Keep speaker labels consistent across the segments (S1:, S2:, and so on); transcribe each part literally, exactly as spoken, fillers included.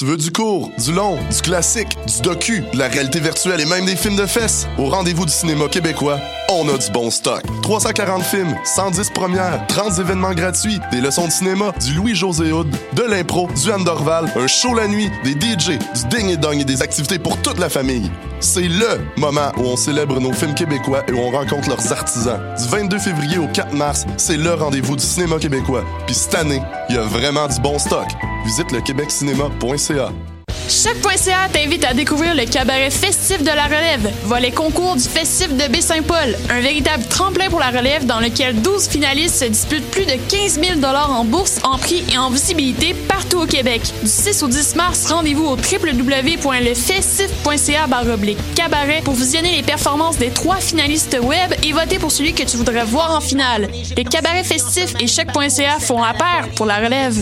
S1: Tu veux du court, du long, du classique, du docu, de la réalité virtuelle et même des films de fesses? Au rendez-vous du cinéma québécois, on a du bon stock. trois cent quarante films, cent dix premières, trente événements gratuits, des leçons de cinéma, du Louis-José Hood, de l'impro, du Anne Dorval, un show la nuit, des D J, du ding et dong et des activités pour toute la famille. C'est LE moment où on célèbre nos films québécois et où on rencontre leurs artisans. Du vingt-deux février au quatre mars, c'est le rendez-vous du cinéma québécois. Puis cette année, il y a vraiment du bon stock. Visite le québec cinéma point c a.
S2: Choc point c a t'invite à découvrir le cabaret festif de la relève, volet concours du festif de Baie-Saint-Paul, un véritable tremplin pour la relève dans lequel douze finalistes se disputent plus de quinze mille dollars en bourse, en prix et en visibilité partout au Québec. Du six au dix mars, rendez-vous au w w w point le festif point c a barre oblique cabaret pour visionner les performances des trois finalistes web et voter pour celui que tu voudrais voir en finale. Le cabaret festif et Choc point c a font la paire pour la relève.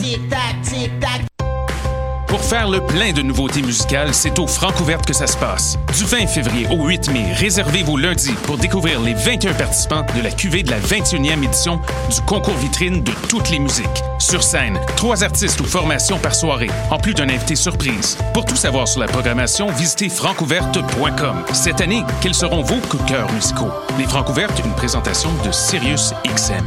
S3: Pour faire le plein de nouveautés musicales, c'est au Francouverte que ça se passe. Du vingt février au huit mai, réservez vos lundis pour découvrir les vingt et un participants de la cuvée de la vingt et unième édition du concours vitrine de toutes les musiques. Sur scène, trois artistes ou formations par soirée, en plus d'un invité surprise. Pour tout savoir sur la programmation, visitez francouverte point com. Cette année, quels seront vos coups de cœur musicaux? Les Francouvertes, une présentation de Sirius X M.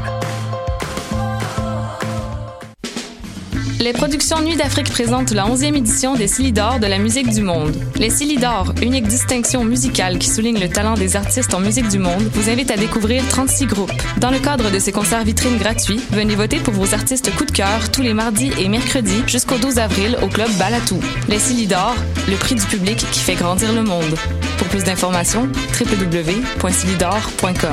S4: Les productions Nuit d'Afrique présentent la onzième édition des Silidor de la musique du monde. Les Silidor, unique distinction musicale qui souligne le talent des artistes en musique du monde, vous invite à découvrir trente-six groupes. Dans le cadre de ces concerts vitrines gratuits, venez voter pour vos artistes coup de cœur tous les mardis et mercredis jusqu'au douze avril au club Balatou. Les Silidor, le prix du public qui fait grandir le monde. Pour plus d'informations, w w w point silidor point com.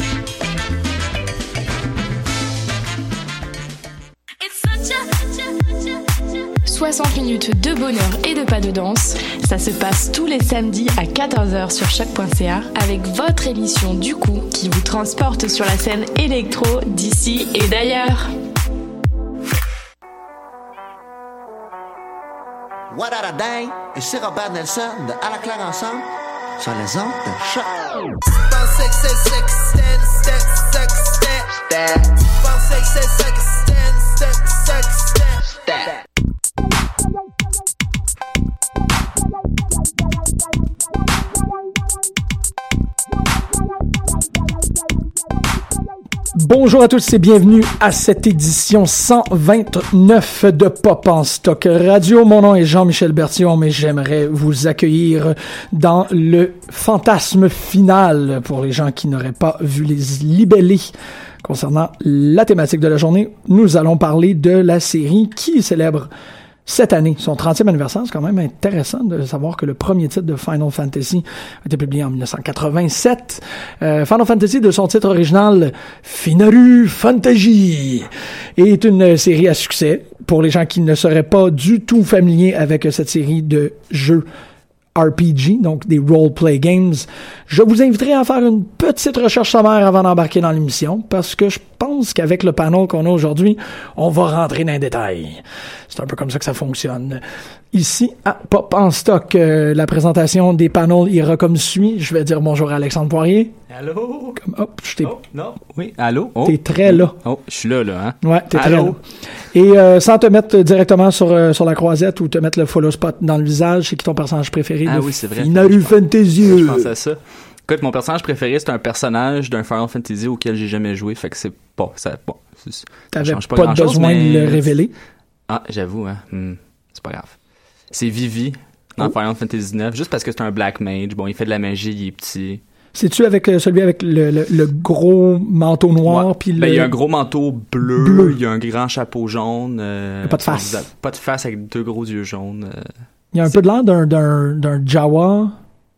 S5: soixante minutes de bonheur et de pas de danse. Ça se passe tous les samedis à quatorze heures sur choc point c a avec votre émission du coup qui vous transporte sur la scène électro d'ici et d'ailleurs.
S6: What a day, et c'est Robert Nelson de À la claire ensemble sur les ondes de Choc.
S7: Bonjour à tous et bienvenue à cette édition cent vingt-neuf de Pop en Stock Radio. Mon nom est Jean-Michel Bertillon, mais j'aimerais vous accueillir dans le fantasme final pour les gens qui n'auraient pas vu les libellés. Concernant la thématique de la journée, nous allons parler de la série qui célèbre cette année son trentième anniversaire. C'est quand même intéressant de savoir que le premier titre de Final Fantasy a été publié en dix-neuf cent quatre-vingt-sept. Euh, Final Fantasy, de son titre original Finaru Fantasy, est une série à succès. Pour les gens qui ne seraient pas du tout familiers avec cette série de jeux R P G, donc des role-play games, je vous inviterai à faire une petite recherche sommaire avant d'embarquer dans l'émission, parce que je pense qu'avec le panel qu'on a aujourd'hui, on va rentrer dans les détails. C'est un peu comme ça que ça fonctionne. Ici, à Pop en Stock, euh, la présentation des panels ira comme suit. Je vais dire bonjour à Alexandre Poirier.
S8: Allô?
S7: Comme, hop, je t'ai...
S8: Oh, non. Oui, allô? Oh.
S7: T'es très là.
S8: Oh, je suis là, là, hein?
S7: Ouais, t'es
S8: allô?
S7: très là. Et euh, sans te mettre directement sur, euh, sur la croisette ou te mettre le follow spot dans le visage, c'est qui ton personnage préféré?
S8: Ah
S7: de
S8: oui, c'est vrai.
S7: Finaru Fantasy.
S8: Je pense à ça. Écoute, mon personnage préféré, c'est un personnage d'un Final Fantasy auquel j'ai jamais joué, fait que c'est pas... Ça, bon, c'est,
S7: T'avais
S8: pas,
S7: pas besoin
S8: mais...
S7: de le révéler?
S8: Ah, j'avoue, hein. Hmm, c'est pas grave. C'est Vivi dans oh. Final Fantasy dix-neuf, juste parce que c'est un Black Mage. Bon, il fait de la magie, il est petit.
S7: C'est-tu avec euh, celui avec le, le, le gros manteau noir?
S8: Ouais.
S7: Puis
S8: ben,
S7: le...
S8: il y a un gros manteau bleu,
S7: bleu.
S8: il y a un grand chapeau jaune. Euh,
S7: pas de face.
S8: Visage, pas de face avec deux gros yeux jaunes. Euh,
S7: il y a un
S8: c'est...
S7: peu de l'air d'un, d'un, d'un Jawa,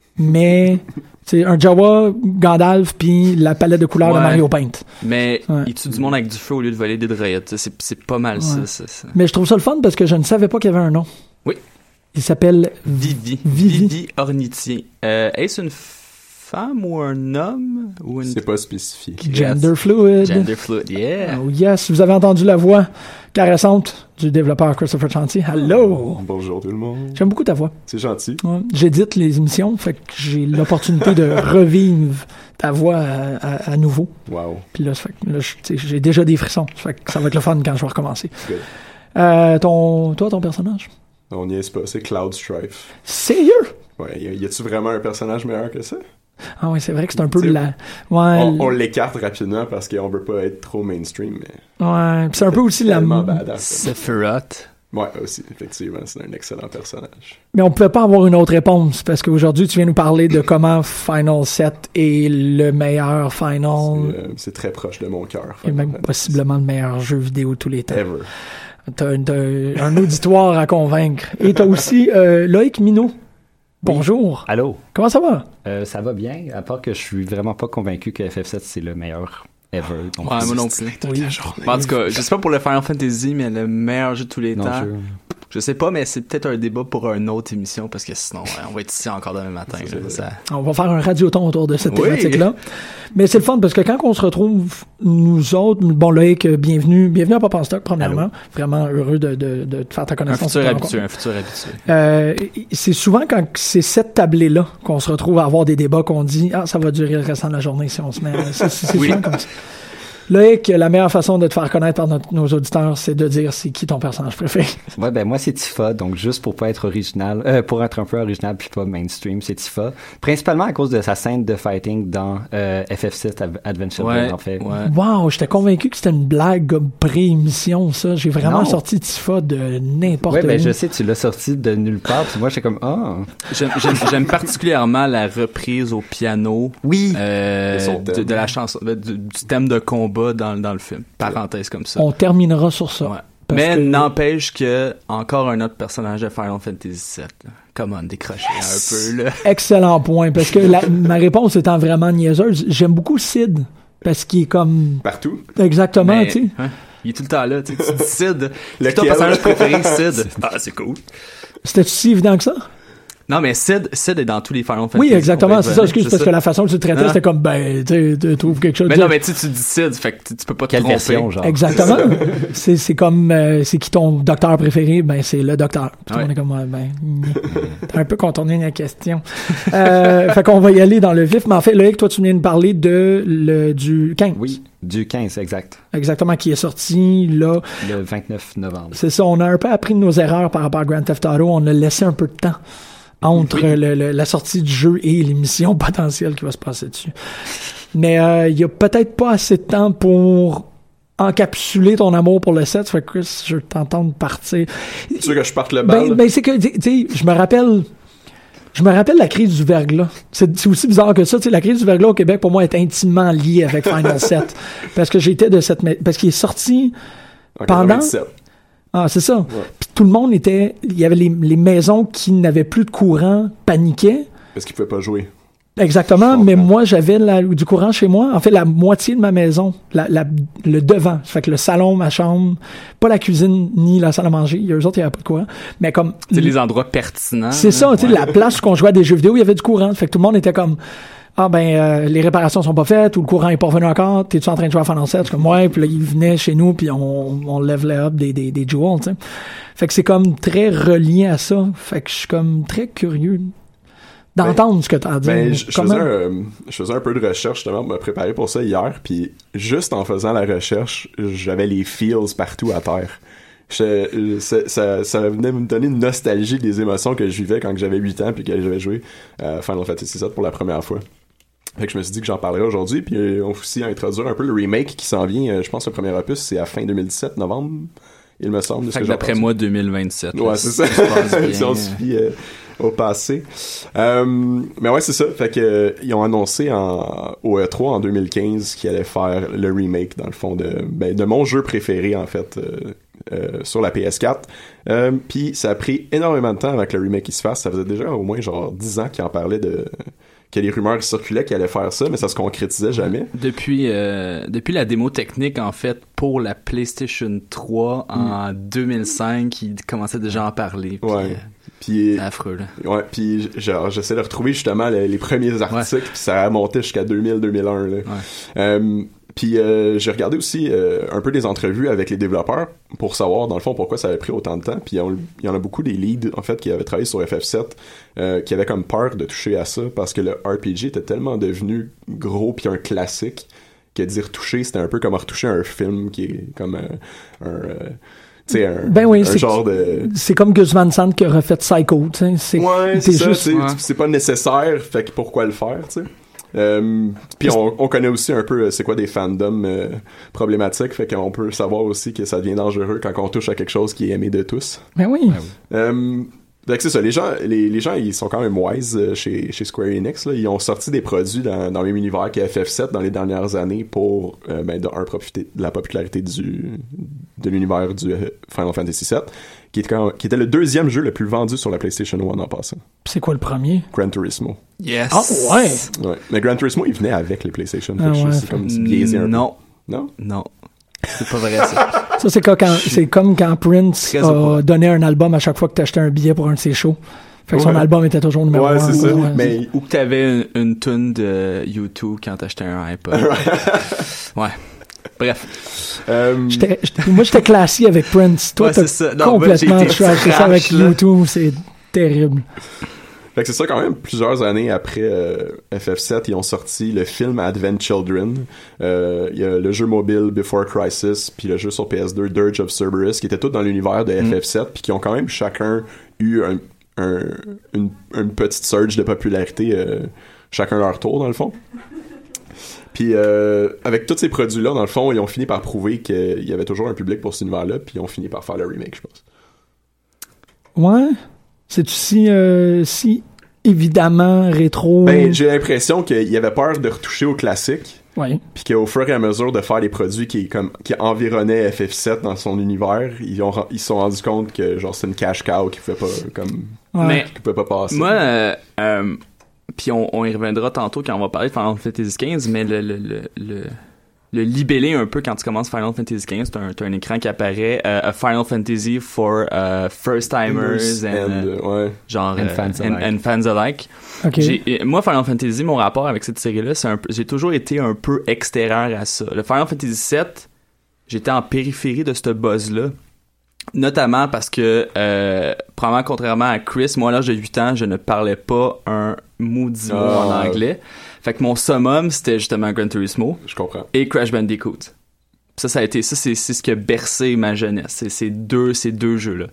S7: mais c'est un Jawa, Gandalf, puis la palette de couleurs ouais. de Mario Paint.
S8: Mais
S7: ouais.
S8: il tue du monde avec du feu au lieu de voler des droïdes. C'est, c'est pas mal ouais. ça, ça, ça.
S7: Mais je trouve ça le fun parce que je ne savais pas qu'il y avait un nom.
S8: Oui.
S7: Il s'appelle
S8: Vivi.
S7: Vivi,
S8: Vivi Ornitier. Euh, est-ce une femme ou un homme? Ou une...
S9: C'est pas spécifié.
S7: Gender fluid.
S8: Gender fluid, yeah.
S7: Oh yes, vous avez entendu la voix caressante du développeur Christopher Chanty. Hello!
S9: Bonjour tout le monde.
S7: J'aime beaucoup ta voix.
S9: C'est gentil.
S7: Ouais. J'édite les émissions, fait que j'ai l'opportunité de revivre ta voix à, à, à nouveau.
S9: Wow.
S7: Puis là, ça fait que, là j'ai déjà des frissons. Ça fait que ça va être le fun quand je vais recommencer.
S9: Good.
S7: Euh, ton, toi, ton personnage?
S9: On y est pas, c'est Cloud Strife.
S7: Sérieux?
S9: Ouais, y, y a-tu vraiment un personnage meilleur que ça?
S7: Ah oui, c'est vrai que c'est un peu
S9: T'sais,
S7: la... Ouais,
S9: on, on l'écarte rapidement parce qu'on veut pas être trop mainstream, mais...
S7: Ouais, pis c'est un peu aussi la...
S8: Sephiroth.
S9: Ouais, aussi, effectivement, c'est un excellent personnage.
S7: Mais on pouvait pas avoir une autre réponse, parce qu'aujourd'hui, tu viens nous parler de comment Final sept est le meilleur Final...
S9: C'est, euh, c'est très proche de mon cœur.
S7: Et même possiblement le meilleur jeu vidéo de tous les temps.
S9: Ever.
S7: T'as, t'as un auditoire à convaincre. Et t'as aussi euh, Loïc Minot. Bonjour.
S10: Oui. Allô.
S7: Comment ça va?
S10: Euh, ça va bien, à part que je suis vraiment pas convaincu que F F sept c'est le meilleur ever. Donc
S8: ouais, moi non plus.
S7: Oui.
S8: En tout cas, je sais pas pour le Final Fantasy, mais le meilleur jeu de tous les
S10: non,
S8: temps.
S10: Je...
S8: je sais pas, mais c'est peut-être un débat pour une autre émission, parce que sinon, ouais, on va être ici encore demain matin. Là, ça...
S7: On va faire un radioton autour de cette
S8: oui.
S7: thématique-là. Mais c'est le fun, parce que quand on se retrouve, nous autres, bon Loïc, bienvenue, bienvenue à Pop en Stock, premièrement. Allô. Vraiment heureux de, de, de te faire ta connaissance.
S8: Un futur habitué, un futur habitué.
S7: Euh, c'est souvent quand c'est cette tablée-là qu'on se retrouve à avoir des débats qu'on dit « Ah, ça va durer le restant de la journée si on se met... » C'est, c'est oui. souvent comme ça. Loïc, la meilleure façon de te faire connaître par notre, nos auditeurs, c'est de dire c'est qui ton personnage préféré.
S10: Ouais, ben moi c'est Tifa, donc juste pour pas être original, euh, pour être un peu original puis pas mainstream, c'est Tifa. Principalement à cause de sa scène de fighting dans euh, F F sept Adventure
S8: ouais,
S10: en fait.
S8: Ouais.
S7: Wow, j'étais convaincu que c'était une blague comme pré-émission, ça. J'ai vraiment non. sorti Tifa de n'importe où.
S10: Ouais, ben je sais, tu l'as sorti de nulle part, puis moi j'étais comme ah. Oh.
S8: J'aime, j'aime, j'aime particulièrement la reprise au piano.
S10: Oui.
S8: Euh, de, de la chanson, du, du thème de combat dans, dans le film. Parenthèse comme ça.
S7: On terminera sur ça.
S8: Ouais. Mais que... n'empêche que encore un autre personnage de Final Fantasy sept. Là. Come on, décrochez un peu là.
S7: Excellent point, parce que la, ma réponse étant vraiment niaiseuse, j'aime beaucoup Sid, parce qu'il est comme...
S9: Partout.
S7: Exactement,
S8: mais,
S7: tu sais.
S8: Hein, il est tout le temps là, tu sais. Tu dis Sid. C'est ton personnage préféré, Sid. Ah, c'est cool.
S7: C'était si évident que ça?
S8: Non, mais Sid, Sid est dans tous les Final Fantasy.
S7: Oui, exactement, c'est ça, excuse,
S8: c'est
S7: parce
S8: ça.
S7: que la façon que tu le traitais, hein? C'était comme, ben, tu tu trouves quelque chose.
S8: Mais non, mais tu dis Sid, fait que tu peux pas te
S10: Quelle
S8: tromper.
S10: version, genre.
S7: Exactement. c'est, c'est comme, euh, c'est qui ton docteur préféré? Ben, c'est le docteur. Puis
S8: ouais.
S7: On est comme, ouais, ben, t'as un peu contourné la question. euh, fait qu'on va y aller dans le vif, mais en fait, Loïc, toi, tu viens de parler de, le, du quinze.
S10: Oui, du quinze, exact.
S7: Exactement, qui est sorti, là.
S10: Le vingt-neuf novembre.
S7: C'est ça, on a un peu appris de nos erreurs par rapport à Grand Theft Auto, on a laissé un peu de temps entre oui. le, le, la sortie du jeu et l'émission potentielle qui va se passer dessus. Mais il euh, y a peut-être pas assez de temps pour encapsuler ton amour pour le sept. Fait que Chris, je t'entends partir.
S9: Tu veux que je parte le bal?
S7: Ben, ben c'est que, tu sais, je me rappelle... Je me rappelle la crise du verglas. C'est, c'est aussi bizarre que ça. Tu sais, la crise du verglas au Québec, pour moi, est intimement liée avec Final sept. Parce que j'étais de cette... Parce qu'il est sorti en pendant... quatre-vingt-dix-sept. Ah, c'est ça. Ouais. Puis tout le monde était... Il y avait les, les maisons qui n'avaient plus de courant paniquaient.
S9: Parce qu'ils pouvaient pas jouer.
S7: Exactement, mais moi, j'avais la, du courant chez moi. En fait, la moitié de ma maison, la, la, le devant. Ça fait que le salon, ma chambre, pas la cuisine ni la salle à manger. Il y a eux autres, il n'y avait pas de courant. Mais comme...
S8: C'est les endroits pertinents.
S7: C'est ça,
S8: ouais.
S7: Tu sais, la place où on jouait à des jeux vidéo, il y avait du courant. Ça fait que tout le monde était comme... Ah ben euh, les réparations sont pas faites ou le courant est pas revenu encore, t'es-tu en train de jouer à Final sept? Comme ouais, puis là ils venaient chez nous puis on on levelait up des des des jewels, tu sais. Fait que c'est comme très relié à ça. Fait que je suis comme très curieux d'entendre ben, ce que t'as à dire.
S9: Ben, je, je, faisais un, je faisais un peu de recherche justement pour me préparer pour ça hier, puis juste en faisant la recherche, j'avais les feels partout à terre. Je, ça, ça, ça venait me donner une nostalgie des émotions que je vivais quand j'avais huit ans puis que j'avais joué à Final Fantasy sept pour la première fois. Fait que je me suis dit que j'en parlerais aujourd'hui, puis on va aussi introduire un peu le remake qui s'en vient. Je pense que le premier opus, c'est à fin deux mille dix-sept, novembre, il me semble.
S8: Fait que d'après moi, deux mille vingt-sept.
S9: Ouais, c'est ça. Si on se fie euh, au passé. Euh, mais ouais, c'est ça. Fait que euh, ils ont annoncé en, au E trois en deux mille quinze qu'ils allaient faire le remake, dans le fond, de, ben, de mon jeu préféré, en fait, euh, euh, sur la P S quatre. Euh, puis ça a pris énormément de temps avant que le remake il se fasse. Ça faisait déjà au moins genre dix ans qu'ils en parlaient de... que les rumeurs circulaient qu'ils allaient faire ça, mais ça se concrétisait jamais.
S8: Depuis euh, depuis la démo technique, en fait, pour la PlayStation trois en mm. deux mille cinq, ils commençaient déjà à en parler. Pis,
S9: ouais. Puis,
S8: c'est affreux, là.
S9: Ouais, puis genre, j'essaie de retrouver justement les, les premiers articles, ouais. Puis ça a monté jusqu'à deux mille deux mille un, là.
S8: Ouais.
S9: Euh, Puis euh, j'ai regardé aussi euh, un peu des entrevues avec les développeurs pour savoir, dans le fond, pourquoi ça avait pris autant de temps. Puis il y en a beaucoup des leads, en fait, qui avaient travaillé sur F F sept, euh, qui avaient comme peur de toucher à ça, parce que le R P G était tellement devenu gros puis un classique que d'y retoucher, c'était un peu comme retoucher un film qui est comme un... un euh, sais, un,
S7: ben oui,
S9: un
S7: c'est,
S9: genre de...
S7: C'est comme Gus Van Sant qui a refait Psycho, tu sais. C'est,
S9: ouais, c'est ça,
S7: juste...
S9: c'est,
S7: ouais.
S9: c'est pas nécessaire, fait que pourquoi le faire, tu sais. Euh, puis on, on connaît aussi un peu c'est quoi des fandoms euh, problématiques, fait qu'on peut savoir aussi que ça devient dangereux quand on touche à quelque chose qui est aimé de tous.
S7: Ben oui. Ben
S9: oui. Euh, fait que c'est ça, les gens, les, les gens ils sont quand même wise euh, chez, chez Square Enix, là. Ils ont sorti des produits dans, dans le même univers que F F sept dans les dernières années pour euh, ben, de un, profiter de la popularité du, de l'univers du Final Fantasy sept, qui était, quand, qui était le deuxième jeu le plus vendu sur la PlayStation un en passant.
S7: C'est quoi le premier?
S9: Gran Turismo.
S8: Yes!
S7: Ah ouais!
S9: Ouais. Mais Gran Turismo, il venait avec les PlayStation.
S7: Ah ouais,
S9: c'est comme biaisé un peu.
S8: Non.
S9: Non?
S8: Non. C'est pas vrai, ça.
S7: Ça, c'est, quand, quand, c'est comme quand Prince a donné un album à chaque fois que t'achetais un billet pour un de ses shows. Fait que son
S9: ouais.
S7: album était toujours numéro
S9: ouais,
S7: un.
S9: C'est ça.
S7: Ouais,
S9: mais...
S8: Ou que t'avais une, une tune de U deux quand t'achetais un iPod. Ouais. Bref.
S9: Euh...
S7: J'étais, j'étais, moi, j'étais classique avec Prince. Toi,
S8: ouais,
S7: t'as
S8: c'est ça. Non,
S7: complètement trashé ça avec U deux. C'est terrible.
S9: Fait que c'est ça, quand même, plusieurs années après euh, F F sept, ils ont sorti le film Advent Children. Euh, il y a le jeu mobile Before Crisis, puis le jeu sur P S deux Dirge of Cerberus, qui étaient tous dans l'univers de mm. F F sept, puis qui ont quand même chacun eu un, un, une, une petite surge de popularité, euh, chacun leur tour, dans le fond. Puis euh, avec tous ces produits-là, dans le fond, ils ont fini par prouver qu'il y avait toujours un public pour cet univers-là, puis ils ont fini par faire le remake, je pense.
S7: Ouais. C'est-tu si, euh, si évidemment rétro?
S9: Ben, j'ai l'impression qu'il avait peur de retoucher au classique.
S7: Oui.
S9: Puis qu'au fur et à mesure de faire les produits qui, comme, qui environnaient F F sept dans son univers, ils ont ils se sont rendus compte que genre c'est une cash cow qui pouvait pas comme
S8: ouais. Mais
S9: qui pouvait pas passer.
S8: Moi, euh, euh, puis on, on y reviendra tantôt quand on va parler de Final Fantasy quinze, mais le le le, le le libellé un peu quand tu commences Final Fantasy quinze, t'as un, t'as un écran qui apparaît uh, a Final Fantasy for uh, first timers and,
S9: and uh, ouais.
S8: genre
S10: and
S8: uh,
S10: fans
S8: and,
S10: alike.
S8: and fans alike.
S7: Okay.
S8: J'ai, moi Final Fantasy, mon rapport avec cette série-là, c'est un peu, j'ai toujours été un peu extérieur à ça. Le Final Fantasy sept, j'étais en périphérie de ce buzz-là. Notamment parce que, euh, probablement contrairement à Chris, moi à l'âge de huit ans, je ne parlais pas un maudit mot oh. en anglais. Fait que mon summum, c'était justement Gran Turismo.
S9: Je comprends.
S8: Et Crash Bandicoot. Ça, ça a été, ça, c'est, c'est ce qui a bercé ma jeunesse. C'est ces deux, ces deux jeux-là.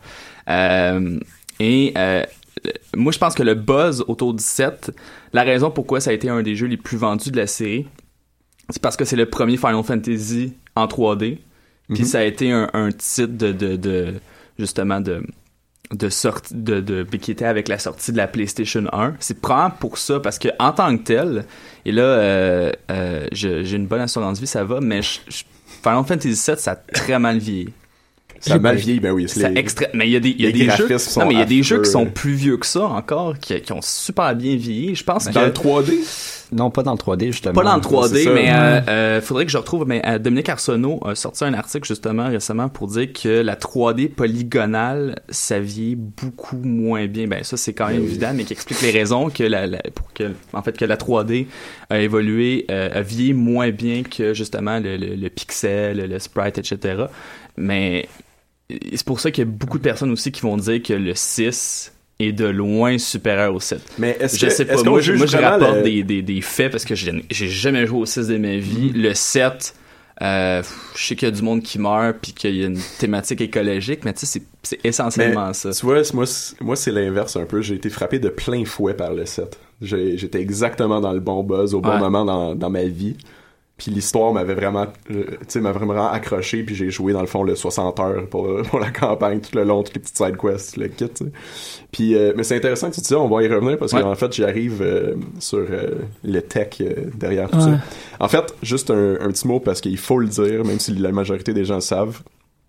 S8: Euh, et, euh, moi, je pense que le buzz autour du sept, la raison pourquoi ça a été un des jeux les plus vendus de la série, c'est parce que c'est le premier Final Fantasy en trois D. Puis mm-hmm. ça a été un, un titre de, de, de, justement, de, de sortie de, de qui était avec la sortie de la PlayStation un. C'est probablement pour ça, parce que en tant que tel, et là euh, euh, je, j'ai une bonne assurance vie, ça va, mais je, je, Final Fantasy sept, ça a très mal vieilli.
S9: Ça a mal vieilli, ben oui.
S8: Ça
S9: les,
S8: extra... Mais il y a des, il y a des jeux, non, mais il y a des jeux qui sont plus vieux que ça encore, qui, qui ont super bien vieilli. Je pense
S9: dans
S8: que...
S9: le trois D?
S10: Non, pas dans le trois D, justement.
S8: Pas dans le trois D, mais
S7: euh,
S8: euh, faudrait que je retrouve. Mais euh, Dominique Arsenault a sorti un article justement récemment pour dire que la trois D polygonale, ça vieillit beaucoup moins bien. Ben ça, c'est quand même oui. évident, mais qui explique les raisons que la, la pour que en fait que la trois D a évolué, euh, a vieilli moins bien que justement le, le, le pixel, le, le sprite, et cetera. Mais c'est pour ça qu'il y a beaucoup de personnes aussi qui vont dire que le six est de loin supérieur au sept.
S9: Mais est-ce
S8: je
S9: que,
S8: sais pas.
S9: Est-ce
S8: moi, je, moi, je rapporte
S9: le...
S8: des, des, des faits parce que j'ai, j'ai jamais joué au six de ma vie. Mm-hmm. Le sept, euh, je sais qu'il y a du monde qui meurt puis qu'il y a une thématique écologique, mais tu sais, c'est, c'est essentiellement mais, ça.
S9: Tu vois, moi, moi, c'est l'inverse un peu. J'ai été frappé de plein fouet par le sept. J'ai, j'étais exactement dans le bon buzz au bon ouais. moment dans, dans ma vie. Puis l'histoire m'avait vraiment, tu sais, m'a vraiment accroché. Puis j'ai joué dans le fond le soixante heures pour, pour la campagne tout le long, toutes les petites side quests, le kit. T'sais. Puis, euh, mais c'est intéressant que tu dis ça. On va y revenir parce ouais. qu'en fait, j'arrive euh, sur euh, le tech euh, derrière tout ouais. ça. En fait, juste un, un petit mot parce qu'il faut le dire, même si la majorité des gens le savent.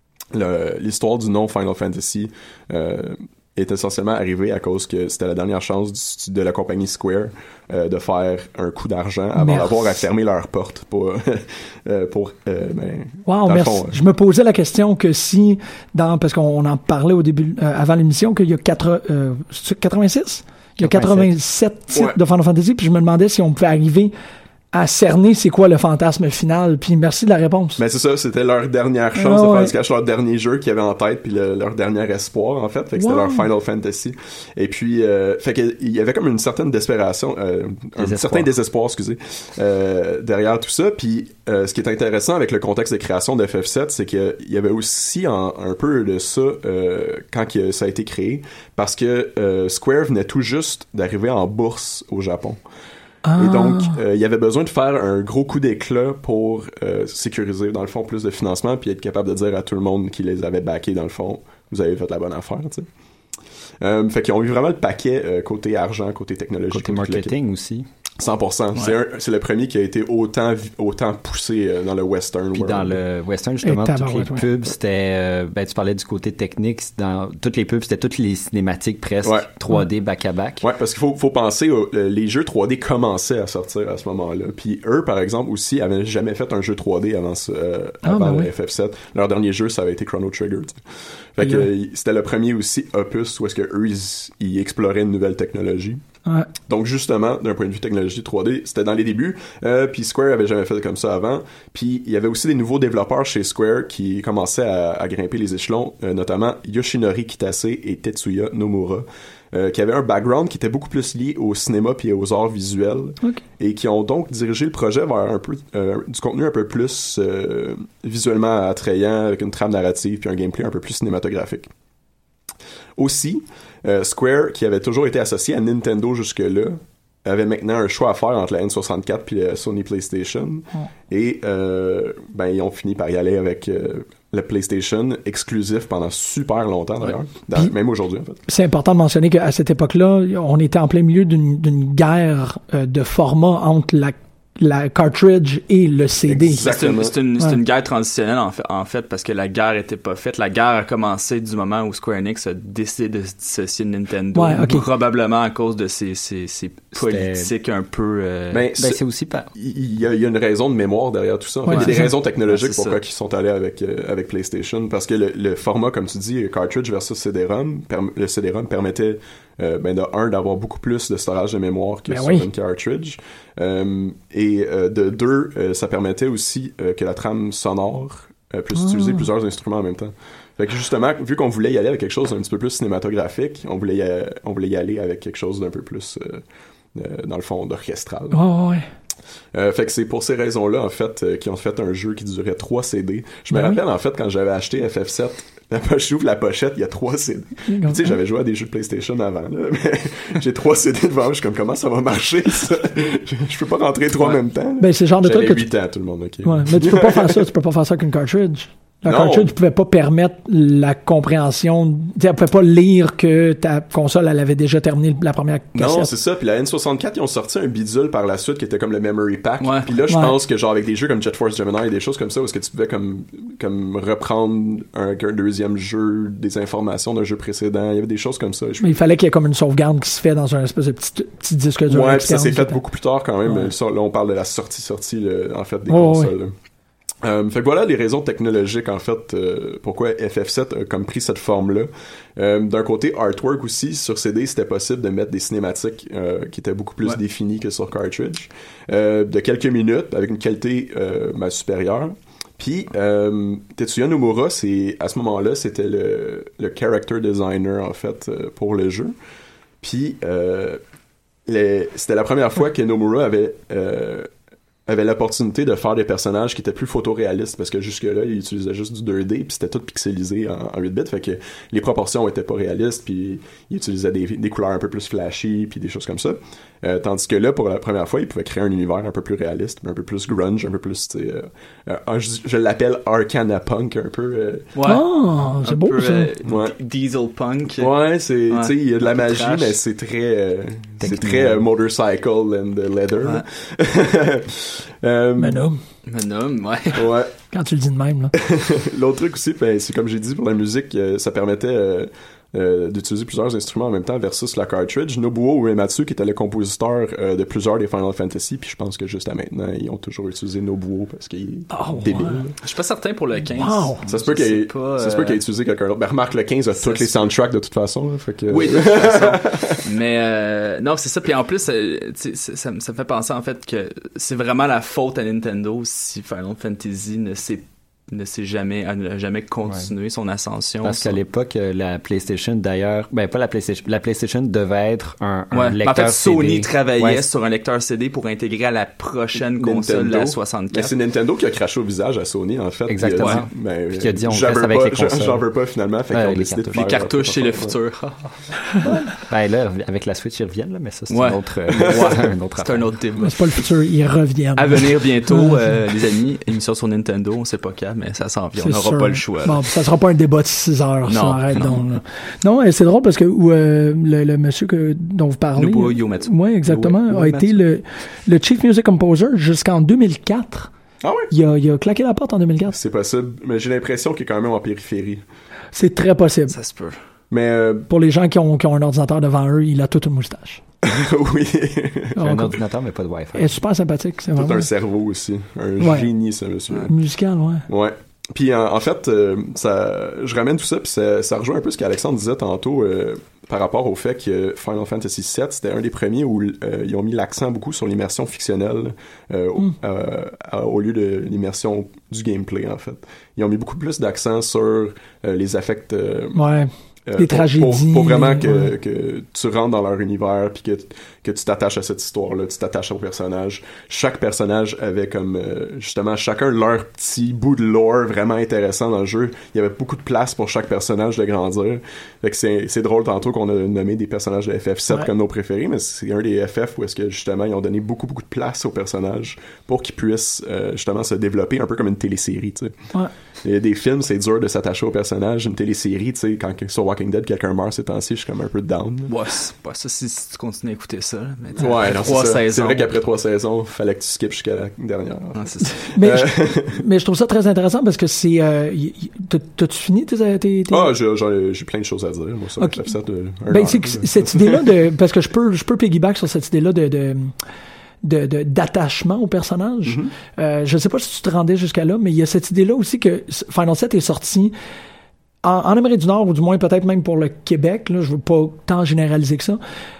S9: Le, l'histoire du nom Final Fantasy euh, est essentiellement arrivée à cause que c'était la dernière chance du, de la compagnie Square euh, de faire un coup d'argent avant merci. d'avoir à fermer leurs portes pour euh, pour euh, ben,
S7: wow, merci. Fond, je me posais la question que si dans parce qu'on en parlait au début euh, avant l'émission qu'il y a quatre, euh, quatre-vingt-six il y a quatre-vingt-sept titres ouais. de Final Fantasy puis je me demandais si on pouvait arriver à cerner c'est quoi le fantasme final, puis merci de la réponse.
S9: Ben c'est ça, c'était leur dernière chance
S7: ah,
S9: de faire
S7: ouais.
S9: du cash, leur dernier jeu qu'ils avaient en tête, puis le, leur dernier espoir en fait, fait que c'était
S7: wow.
S9: leur Final Fantasy. Et puis, euh, fait que il y avait comme une certaine desperation, euh, un certain désespoir, excusez, euh, derrière tout ça. Puis euh, ce qui est intéressant avec le contexte de création de F F sept, c'est qu'il y avait aussi en, un peu de ça euh, quand que ça a été créé, parce que euh, Square venait tout juste d'arriver en bourse au Japon.
S7: Ah.
S9: Et donc, euh, il y avait besoin de faire un gros coup d'éclat pour euh, sécuriser, dans le fond, plus de financement, puis être capable de dire à tout le monde qui les avait backés, dans le fond, vous avez fait la bonne affaire, tu sais. Euh, fait qu'ils ont eu vraiment le paquet euh, côté argent, côté technologie.
S10: Côté marketing aussi.
S9: cent pour cent. Ouais. C'est, un, c'est le premier qui a été autant, autant poussé euh, dans le western
S10: Puis
S9: world.
S10: dans le western, justement, toutes les ouais. pubs, c'était... Euh, ben, tu parlais du côté technique. Dans toutes les pubs, c'était toutes les cinématiques presque ouais. trois D back-à-back.
S9: Ouais, parce qu'il faut, faut penser... Au, les jeux trois D commençaient à sortir à ce moment-là. Puis eux, par exemple, aussi, avaient jamais fait un jeu trois D avant, euh,
S7: ah,
S9: avant
S7: ben
S9: le
S7: oui.
S9: F F sept. Leur dernier jeu, ça avait été Chrono Trigger. T'sais. Fait que euh, c'était le premier aussi opus où est-ce que eux, ils, ils exploraient une nouvelle technologie.
S7: Ouais.
S9: Donc justement, d'un point de vue technologie trois D, c'était dans les débuts, euh, puis Square avait jamais fait comme ça avant, puis il y avait aussi des nouveaux développeurs chez Square qui commençaient à, à grimper les échelons, euh, notamment Yoshinori Kitase et Tetsuya Nomura, euh, qui avaient un background qui était beaucoup plus lié au cinéma puis aux arts visuels,
S7: okay.
S9: et qui ont donc dirigé le projet vers un peu euh, du contenu un peu plus euh, visuellement attrayant, avec une trame narrative puis un gameplay un peu plus cinématographique. Aussi, euh, Square, qui avait toujours été associé à Nintendo jusque-là, avait maintenant un choix à faire entre la N soixante-quatre puis la Sony PlayStation.
S7: Oh.
S9: Et euh, ben ils ont fini par y aller avec euh, le PlayStation exclusif pendant super longtemps d'ailleurs, ouais. Dans, même aujourd'hui en fait.
S7: C'est important de mentionner qu'à cette époque-là, on était en plein milieu d'une, d'une guerre euh, de format entre la la cartridge et le C D.
S8: C'est une, c'est, une, ouais. c'est une guerre transitionnelle en fait, en fait, parce que la guerre était pas faite. La guerre a commencé du moment où Square Enix a décidé de se dissocier de Nintendo,
S7: ouais, okay.
S8: probablement à cause de ses, ses, ses politiques un peu... Euh...
S9: Ben,
S10: ben, c'est, c'est aussi pas...
S9: Il y, a, il y a une raison de mémoire derrière tout ça. En fait. Ouais, il y a des ça. raisons technologiques ouais, pourquoi ils sont allés avec, euh, avec PlayStation, parce que le, le format, comme tu dis, cartridge versus C D-ROM, per, le C D-ROM permettait Euh, ben de un d'avoir beaucoup plus de storage de mémoire que
S7: ben
S9: sur
S7: oui.
S9: une cartridge euh, et euh, de deux euh, ça permettait aussi euh, que la trame sonore euh, puisse oh. utiliser plusieurs instruments en même temps. Fait que justement, vu qu'on voulait y aller avec quelque chose d'un petit peu plus cinématographique, on voulait y, a, on voulait y aller avec quelque chose d'un peu plus euh, euh, dans le fond d'orchestral.
S7: Oh, ouais.
S9: Euh, fait que c'est pour ces raisons-là en fait euh, qu'ils ont fait un jeu qui durait trois C D. Je me ben rappelle oui. en fait quand j'avais acheté F F sept, la poche, j'ouvre la pochette, il y a trois C D. Tu sais, j'avais joué à des jeux de PlayStation avant, là, mais j'ai trois C D devant moi, je suis comme comment ça va marcher ça? Je peux pas rentrer trois ouais. en même temps. Là.
S7: Ben c'est le genre de truc que
S9: huit
S7: tu...
S9: ans tout le monde, ok.
S7: Ouais, mais tu peux pas faire ça, tu peux pas faire ça avec une cartridge. La non. cartridge ne pouvait pas permettre la compréhension. Elle pouvait pas lire que ta console, elle avait déjà terminé la première cassette.
S9: Non, c'est ça. Puis la N soixante-quatre, ils ont sorti un bidule par la suite qui était comme le memory pack.
S8: Ouais.
S9: Puis là, je
S7: ouais.
S9: pense que genre avec des jeux comme Jet Force Gemini et des choses comme ça, où est-ce que tu pouvais comme, comme reprendre un, un deuxième jeu, des informations d'un jeu précédent. Il y avait des choses comme ça. Je...
S7: Mais il fallait qu'il y ait comme une sauvegarde qui se fait dans un espèce de petit, petit disque dur.
S9: Ouais, puis ça s'est fait était... beaucoup plus tard quand même. Ouais. Là, on parle de la sortie-sortie, là, en fait, des oh, consoles. Ouais. Euh, fait que voilà les raisons technologiques en fait euh, pourquoi F F sept a comme pris cette forme-là. Euh, d'un côté artwork aussi, sur C D c'était possible de mettre des cinématiques euh, qui étaient beaucoup plus ouais. définies que sur cartridge, euh, de quelques minutes avec une qualité euh, ben, supérieure. Puis euh, Tetsuya Nomura, c'est à ce moment-là c'était le, le character designer en fait euh, pour le jeu. Puis euh, les, c'était la première fois que Nomura avait euh, avait l'opportunité de faire des personnages qui étaient plus photoréalistes parce que jusque-là, il utilisait juste du deux D puis c'était tout pixelisé en, en huit bits, fait que les proportions étaient pas réalistes puis il utilisait des, des couleurs un peu plus flashy puis des choses comme ça. Euh, tandis que là, pour la première fois, il pouvait créer un univers un peu plus réaliste, un peu plus grunge, un peu plus, tu sais, euh, euh, je, je l'appelle Arcana Punk, un peu. Euh,
S7: ouais. Oh, c'est beau peu, ça.
S8: Euh,
S9: ouais.
S8: Diesel Punk.
S9: Ouais, c'est, ouais. tu sais, il y a de la magie, trash. Mais c'est très, euh, c'est très euh, motorcycle and leather. Ouais.
S7: euh, Magnum.
S8: Magnum, ouais.
S9: Ouais.
S7: Quand tu le dis de même, là.
S9: L'autre truc aussi, ben, c'est comme j'ai dit pour la musique, euh, ça permettait. Euh, euh, d'utiliser plusieurs instruments en même temps versus la cartridge. Nobuo Uematsu, qui était le compositeur euh, de plusieurs des Final Fantasy, puis je pense que juste à maintenant, ils ont toujours utilisé Nobuo parce qu'il est oh, débile.
S8: Wow. Je suis pas certain pour le quinze.
S9: Wow. Ça se peut qu'il ait,
S8: pas,
S9: ça se peut qu'il ait utilisé quelqu'un d'autre. Ben, remarque, le quinze a tous les soundtracks de toute façon. Là, fait que...
S8: Oui, de toute façon. Mais euh, non, c'est ça. Puis en plus, euh, ça, ça me fait penser en fait que c'est vraiment la faute à Nintendo si Final Fantasy ne s'est ne s'est jamais n'a jamais continué ouais. son ascension.
S10: Parce
S8: sur...
S10: qu'à l'époque, la PlayStation d'ailleurs, ben pas la PlayStation, la PlayStation devait être un, un
S8: ouais.
S10: lecteur
S8: en fait, Sony
S10: C D.
S8: travaillait
S10: ouais.
S8: sur un lecteur C D pour intégrer à la prochaine
S9: Nintendo.
S8: console de la soixante-quatre.
S9: Mais c'est Nintendo qui a craché au visage à Sony en fait.
S10: Exactement.
S9: Puis, dit, ben,
S10: puis qui a dit on
S9: reste
S10: avec
S9: pas,
S10: les consoles.
S9: J'en veux pas finalement. Fait ouais, qu'ils ont décidé
S8: cartouches.
S9: de faire
S8: les cartouches chez le futur.
S10: Ben là, avec la Switch ils reviennent là, mais ça c'est
S8: ouais.
S10: une autre, euh, ouais, un autre.
S8: C'est un autre débat.
S7: C'est pas le futur, ils reviennent.
S8: À venir bientôt, euh, les amis, émission sur Nintendo, on sait pas quand, mais ça s'en vient. On n'aura pas le choix.
S7: Bon, ça sera pas un débat de six heures,
S8: non,
S7: ça arrête
S8: non.
S7: donc. Là. Non, et c'est drôle parce que où, euh, le, le monsieur que, dont vous parlez,
S8: Nobuo Uematsu.
S7: Oui, exactement, Nobuo a Uematsu. été le, le Chief Music Composer jusqu'en deux mille quatre.
S9: Ah oui?
S7: Il a, il a claqué la porte en deux mille quatre.
S9: C'est possible, mais j'ai l'impression qu'il est quand même en périphérie.
S7: C'est très possible.
S8: Ça se peut.
S9: Mais euh...
S7: pour les gens qui ont, qui ont un ordinateur devant eux, il a toute une moustache.
S9: oui.
S10: Un ordinateur, mais pas de Wi-Fi.
S7: Il est super sympathique. C'est
S9: tout
S7: vraiment...
S9: un cerveau aussi. Un
S7: ouais.
S9: génie, ce monsieur.
S7: Musical, ouais.
S9: Ouais. Puis en, en fait, euh, ça, je ramène tout ça, puis ça, ça rejoint un peu ce qu'Alexandre disait tantôt euh, par rapport au fait que Final Fantasy sept, c'était un des premiers où euh, ils ont mis l'accent beaucoup sur l'immersion fictionnelle euh, mm. euh, euh, au lieu de l'immersion du gameplay, en fait. Ils ont mis beaucoup plus d'accent sur euh, les affects... Euh,
S7: ouais. Euh, les
S9: pour,
S7: tragédies.
S9: Pour, pour vraiment que,
S7: ouais.
S9: que tu rentres dans leur univers puis que, que tu t'attaches à cette histoire-là, tu t'attaches aux personnages. Chaque personnage avait comme, euh, justement, chacun leur petit bout de lore vraiment intéressant dans le jeu. Il y avait beaucoup de place pour chaque personnage de grandir. Fait que c'est, c'est drôle tantôt qu'on a nommé des personnages de F F sept ouais. comme nos préférés, mais c'est un des F F où est-ce que, justement, ils ont donné beaucoup, beaucoup de place aux personnages pour qu'ils puissent, euh, justement, se développer un peu comme une télésérie, tu sais.
S7: Ouais.
S9: Il y a des films, c'est dur de s'attacher aux personnages. Une télésérie, tu sais, quand sur Walking Dead, quelqu'un meurt ces temps-ci, je suis comme un peu down.
S8: Ouais, c'est pas ça si, si tu continues à écouter ça. Mais
S9: ouais, non,
S8: trois
S9: c'est,
S8: saisons.
S9: c'est vrai qu'après trois saisons, fallait que tu skippes jusqu'à la dernière.
S8: Ah, c'est ça.
S7: mais, euh... je, mais je trouve ça très intéressant parce que c'est... Euh, y, y, t'as, t'as-tu fini tes... tes, tes...
S9: Ah, j'ai, j'ai, j'ai plein de choses à dire, moi, ça.
S7: Okay.
S9: Ça de,
S7: ben, c'est que cette idée-là de... Parce que je peux, je peux piggyback sur cette idée-là de... de De, de, d'attachement au personnage. Mm-hmm. Euh, je sais pas si tu te rendais jusqu'à là, mais il y a cette idée-là aussi que Final sept est sorti en, en Amérique du Nord, ou du moins peut-être même pour le Québec, là, je veux pas tant généraliser que ça,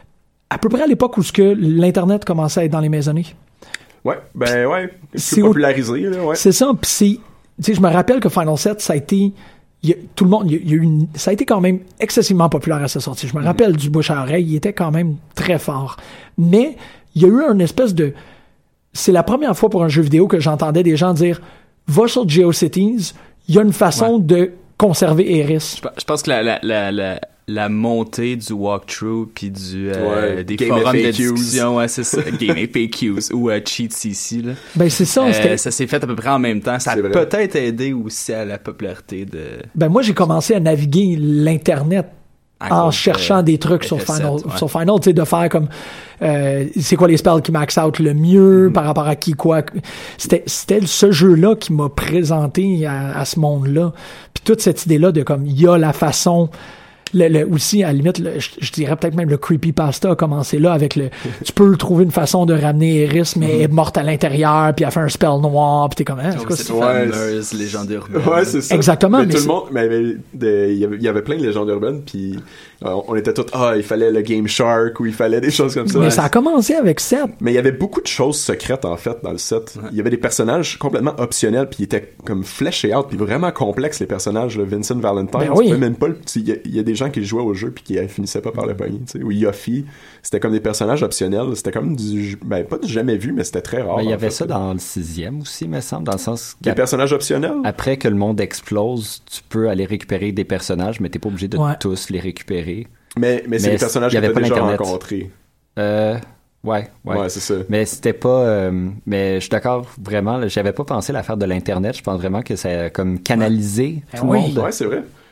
S7: à peu près à l'époque où ce que l'Internet commençait à être dans les maisonnées.
S9: Ouais, ben ouais, c'est popularisé, là, ouais.
S7: C'est ça, pis c'est, tu sais, je me rappelle que Final sept, ça a été, y a, tout le monde, il y a, y a eu une, ça a été quand même excessivement populaire à sa sortie. Je me rappelle mm-hmm. du bouche à oreille, il était quand même très fort. Mais, il y a eu une espèce de... C'est la première fois pour un jeu vidéo que j'entendais des gens dire « Va sur GeoCities, il y a une façon ouais. de conserver Eris. »
S8: Je pense que la, la, la, la, la montée du walkthrough puis du euh,
S9: ouais,
S8: des
S9: Game
S8: forums
S9: F A Qs.
S8: de discussion, ouais, c'est ça, Game F A Qs ou uh, Cheat C C, là.
S7: Ben c'est ça.
S8: Euh, ça s'est fait à peu près en même temps. Ça a peut-être aidé aussi à la popularité de...
S7: Ben moi, j'ai commencé à naviguer l'Internet en cherchant de, des trucs sur Final, ouais. sur Final, tu sais, de faire comme euh, c'est quoi les spells qui max out le mieux mm-hmm. par rapport à qui quoi. C'était c'était ce jeu-là qui m'a présenté à, à ce monde-là. Puis toute cette idée-là de comme il y a la façon. Le, le, aussi, à la limite, le, je, je dirais peut-être même le creepypasta a commencé là avec le... tu peux trouver une façon de ramener Eris, mais elle est morte à l'intérieur, puis elle fait un spell noir, puis t'es comme... Hein, c'est quoi,
S8: cette
S7: c'est
S8: fameuse légende urbaine.
S9: Ouais, c'est ça.
S7: Exactement.
S9: Mais,
S7: mais
S9: tout
S7: c'est...
S9: le monde... Mais il y, y avait plein de légendes urbaines, puis euh, on était tous... Ah, il fallait le Game Shark, ou il fallait des choses comme ça.
S7: Mais
S9: ouais.
S7: ça a commencé avec sept.
S9: Mais il y avait beaucoup de choses secrètes, en fait, dans le set. Il ouais. y avait des personnages complètement optionnels, puis ils étaient comme fleshés out, puis vraiment complexes, les personnages. Là, Vincent Valentine,
S7: ben oui.
S9: même pas... Il y, y a des gens qui jouaient au jeu, qui finissaient pas par le pogner, tu sais. Ou Yofi, c'était comme des personnages optionnels, c'était comme du, ben pas du jamais vu, mais c'était très rare.
S10: Ben, il y avait
S9: fait,
S10: ça dans le sixième aussi, me semble, dans le sens
S9: des personnages optionnels.
S10: Après que le monde explose, tu peux aller récupérer des personnages, mais t'es pas obligé de
S7: ouais.
S10: tous les récupérer.
S9: Mais, mais c'est mais des personnages que t'as déjà rencontrés.
S10: Euh... Ouais, ouais.
S9: Ouais, c'est ça.
S10: Mais c'était pas... Euh, mais je suis d'accord, vraiment, là, j'avais pas pensé l'affaire de l'Internet. Je pense vraiment que ça a comme canalisé ouais. tout
S9: oui.
S10: le monde.
S9: Ouais, c'est vrai.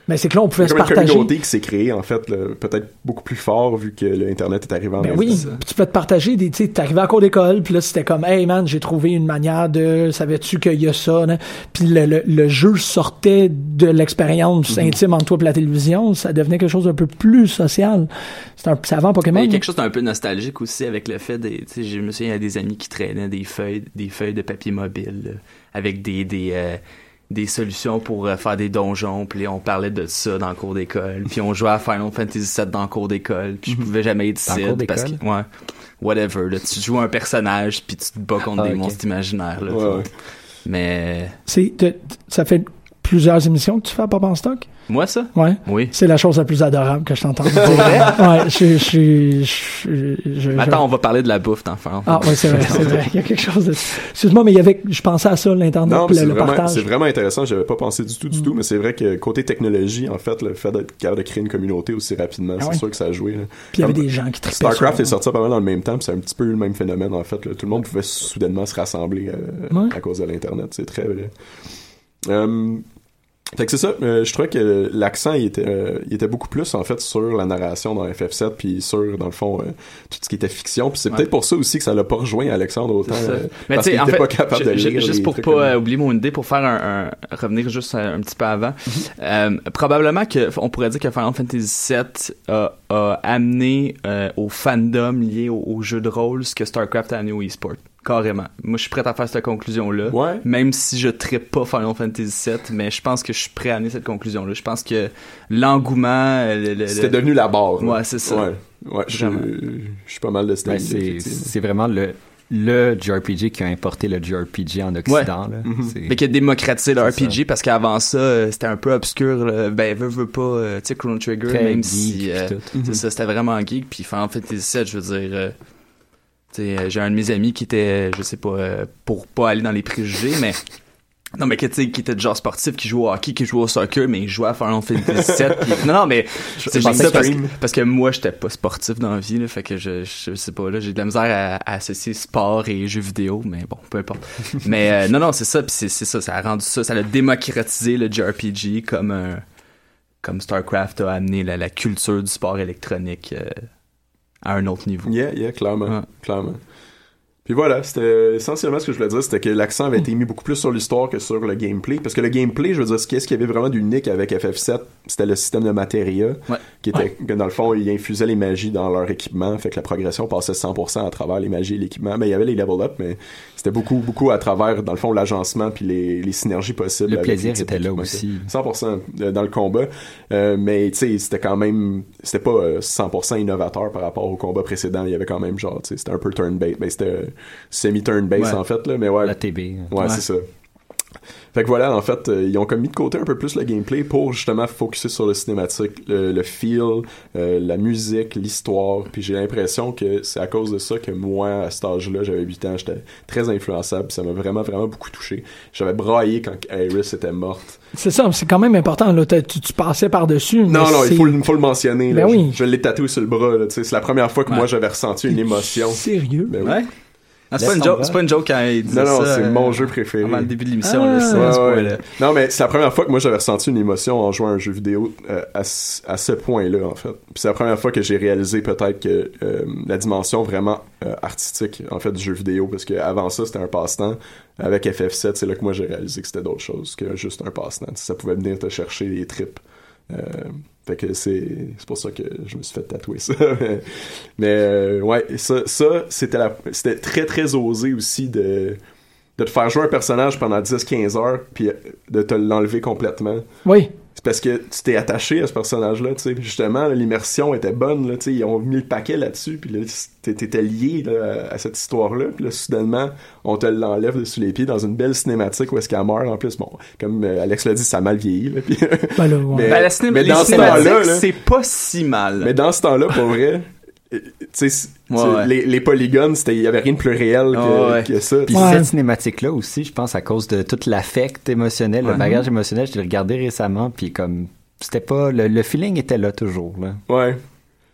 S7: Mais c'est que là, on pouvait
S9: c'est
S7: se
S9: comme
S7: partager.
S9: une communauté qui s'est créée, en fait, là, peut-être beaucoup plus fort vu que l'Internet est arrivé en
S7: Ben
S9: même
S7: oui,
S9: temps.
S7: puis tu peux te partager des, tu sais, t'arrivais à cours d'école, puis là, c'était comme, hey man, j'ai trouvé une manière de, savais-tu qu'il y a ça, là? Puis le, le, le jeu sortait de l'expérience
S8: Mm-hmm.
S7: intime entre toi et la télévision, ça devenait quelque chose d'un peu plus social. C'est un, c'est avant Pokémon.
S8: Il y a
S7: hein?
S8: quelque chose d'un peu nostalgique aussi avec le fait des, tu sais, je me souviens, il y a des amis qui traînaient des feuilles, des feuilles de papier mobile, là, avec des, des, euh, des solutions pour euh, faire des donjons, puis on parlait de ça dans le cours d'école, puis on jouait à Final Fantasy sept dans le cours d'école, puis je pouvais jamais être
S10: Dans le
S8: ici
S10: cours
S8: parce que,
S10: d'école?
S8: ouais, whatever, là, tu joues un personnage, puis tu te bats contre
S10: Ah,
S8: des
S10: ok.
S8: monstres imaginaires, là,
S9: Ouais, ouais.
S8: mais
S7: C'est, de- ça fait plusieurs émissions que tu fais à Pop en Stock?
S8: moi ça,
S7: Ouais.
S8: oui.
S7: C'est la chose la plus adorable que je t'entends dire. Ouais, je, je, je, je,
S8: Mais
S7: je-
S8: attends, on va parler de la bouffe d'enfant.
S7: Ah ouais, c'est vrai, c'est vrai. Il y a quelque chose de... Excuse-moi, mais il y avait, je pensais à ça, l'Internet,
S9: Non,
S7: le,
S9: mais c'est
S7: le
S9: vraiment,
S7: partage.
S9: c'est vraiment intéressant. J'avais pas pensé du tout, du
S7: Mm.
S9: tout, mais c'est vrai que côté technologie, en fait, le fait d'être capable de créer une communauté aussi rapidement,
S7: Ah
S9: c'est
S7: ouais.
S9: sûr que ça a joué. Là.
S7: Puis il y avait
S9: Comme-
S7: des gens qui tripaient
S9: Starcraft
S7: sur-
S9: est sorti pas mal dans le même temps, puis c'est un petit peu le même phénomène, en fait. Là. Tout le monde pouvait soudainement se rassembler euh,
S7: Ouais.
S9: à cause de l'Internet. C'est très vrai. Euh, Fait que c'est ça, euh, je trouvais que l'accent il était, euh, il était beaucoup plus en fait sur la narration dans F F sept puis sur dans le fond euh, tout ce qui était fiction, puis c'est
S8: Ouais.
S9: peut-être pour ça aussi que ça l'a pas rejoint Alexandre autant
S8: C'est ça.
S9: euh,
S8: Mais
S9: parce
S8: tu sais,
S9: qu'il
S8: en
S9: était
S8: fait,
S9: pas capable de
S8: ju-
S9: lire
S8: juste
S9: les
S8: pour
S9: trucs
S8: pas
S9: comme-
S8: euh, oublier mon idée, pour faire un, un revenir juste un, un petit peu avant,
S9: Mm-hmm.
S8: euh, probablement que on pourrait dire que Final Fantasy sept a, a amené euh, au fandom lié au, au jeu de rôle ce que StarCraft a amené au e-sport. Carrément. Moi, je suis prêt à faire cette conclusion-là.
S9: Ouais.
S8: Même si je trippe pas Final Fantasy sept, mais je pense que je suis prêt à amener cette conclusion-là. Je pense que l'engouement... le- le-
S9: C'était
S8: le-
S9: devenu la barre. là.
S8: Ouais, c'est ça.
S9: Ouais, ouais je,
S8: Vraiment.
S9: je suis pas mal de cette
S10: Ben,
S9: idée,
S10: c'est,
S9: effectivement.
S10: c'est vraiment le, le J R P G qui a importé le J R P G en Occident.
S8: Ouais.
S10: Là.
S9: Mm-hmm.
S10: C'est-
S8: Mais qui a démocratisé le
S10: C'est
S8: R P G parce qu'avant ça, euh, c'était un peu obscur. Là. Ben, veut, veut pas, euh, tu sais, Chrono Trigger,
S10: Très
S8: même
S10: geek,
S8: si.
S10: puis
S8: euh,
S10: tout.
S8: c'est ça, c'était vraiment geek. Puis Final Fantasy sept, je veux dire. euh, tu sais, euh, j'ai un de mes amis qui était, je sais pas, euh, pour pas aller dans les préjugés, mais. Non, mais que, tu sais, qui était du genre sportif, qui jouait au hockey, qui jouait au soccer, mais il jouait à Final Fantasy sept. Puis, non, non, mais c'est
S9: Je
S8: juste
S9: pensais
S8: ça parce que,
S9: stream.
S8: parce que moi, j'étais pas sportif dans la vie, là, fait que je, je sais pas, là, j'ai de la misère à, à associer sport et jeux vidéo, mais bon, peu importe. Mais euh, non, non, c'est ça, puis c'est, c'est ça, ça a rendu ça, ça a démocratisé le J R P G comme un, comme StarCraft a amené la, la culture du sport électronique euh, à un autre niveau.
S9: Yeah, yeah, clairement,
S8: Ouais.
S9: clairement. Puis voilà, c'était essentiellement ce que je voulais dire, c'était que l'accent avait été mis beaucoup plus sur l'histoire que sur le gameplay, parce que le gameplay, je veux dire, ce qu'est-ce qu'il y avait vraiment d'unique avec F F sept, c'était le système de matéria,
S8: Ouais.
S9: qui était, que dans le fond, ils infusaient les magies dans leur équipement, fait que la progression passait cent pour cent à travers les magies et l'équipement. Ben, il y avait les level up, mais c'était beaucoup, beaucoup à travers, dans le fond, l'agencement puis les, les synergies possibles.
S10: Le
S9: avec
S10: plaisir
S9: les types
S10: était là
S9: d'équipements.
S10: aussi.
S9: cent pour cent dans le combat, euh, mais tu sais, c'était quand même, c'était pas euh, cent pour cent innovateur par rapport au combat précédent, il y avait quand même genre, tu sais, c'était un peu turn-based, ben c'était euh, semi-turn-based
S8: Ouais.
S9: en fait, là, mais ouais.
S10: La T B.
S9: Ouais,
S8: Ouais.
S9: c'est ça. Fait que voilà, en fait, euh, ils ont comme mis de côté un peu plus le gameplay pour justement focuser sur le cinématique, le, le feel, euh, la musique, l'histoire. Puis j'ai l'impression que c'est à cause de ça que moi, à cet âge-là, j'avais huit ans, j'étais très influençable. Puis ça m'a vraiment, vraiment beaucoup touché. J'avais braillé quand Iris était morte.
S7: C'est ça, c'est quand même important, là. T'as- Tu, tu passais par-dessus. mais
S9: Non, non,
S7: c'est-
S9: il faut, le- faut le mentionner. Là.
S7: Ben oui.
S9: Je, je l'ai tatoué sur le bras. Là, tu sais, c'est la première fois que
S8: Ouais.
S9: moi, j'avais ressenti une émotion.
S7: Sérieux?
S9: Ben oui.
S8: Ouais. Ah, c'est, pas
S10: Laisse
S8: une joke,
S10: tomber.
S8: c'est pas une joke quand il dit
S9: Non, non,
S8: ça.
S9: c'est
S8: euh,
S9: mon jeu préféré.
S8: Avant le début de l'émission,
S7: Ah.
S8: là, c'est
S9: Ouais,
S8: à ce
S9: ouais.
S8: point-là.
S9: Non, mais c'est la première fois que moi j'avais ressenti une émotion en jouant à un jeu vidéo euh, à, ce- à ce point-là, en fait. Puis c'est la première fois que j'ai réalisé peut-être que euh, la dimension vraiment euh, artistique, en fait, du jeu vidéo, parce qu'avant ça, c'était un passe-temps. Avec F F sept, c'est là que moi j'ai réalisé que c'était d'autres choses que juste un passe-temps. Ça pouvait venir te chercher des tripes. Euh, fait que c'est c'est pour ça que je me suis fait tatouer ça. mais mais, euh, ouais, ça, ça c'était la c'était très très osé aussi de de te faire jouer un personnage pendant dix à quinze heures puis de te l'enlever complètement.
S7: Oui.
S9: C'est parce que tu t'es attaché à ce personnage-là, tu sais. Justement, là, l'immersion était bonne, là, tu sais. Ils ont mis le paquet là-dessus, puis là, t'étais lié là, à cette histoire-là. Puis là, soudainement, on te l'enlève dessus les pieds dans une belle cinématique où est-ce qu'elle meurt. En plus, bon, comme euh, Alex l'a dit, ça a mal vieilli, là. Puis,
S7: Ben là, ouais.
S9: mais,
S8: Ben, la ciné-
S9: mais
S8: les
S9: dans ce
S8: cinématiques,
S9: temps-là, là,
S8: c'est pas si mal.
S9: mais dans ce temps-là, pour vrai, euh, tu sais, c-
S8: Ouais,
S9: tu sais,
S8: ouais.
S9: les, les polygones, c'était, il y avait rien de plus réel que,
S8: Ouais, ouais.
S9: que ça.
S10: Puis
S7: Ouais.
S10: cette cinématique-là aussi, je pense, à cause de tout l'affect émotionnel,
S8: Ouais.
S10: le bagage émotionnel, je l'ai regardé récemment, puis comme, c'était pas, le, le feeling était là toujours, là.
S9: Ouais.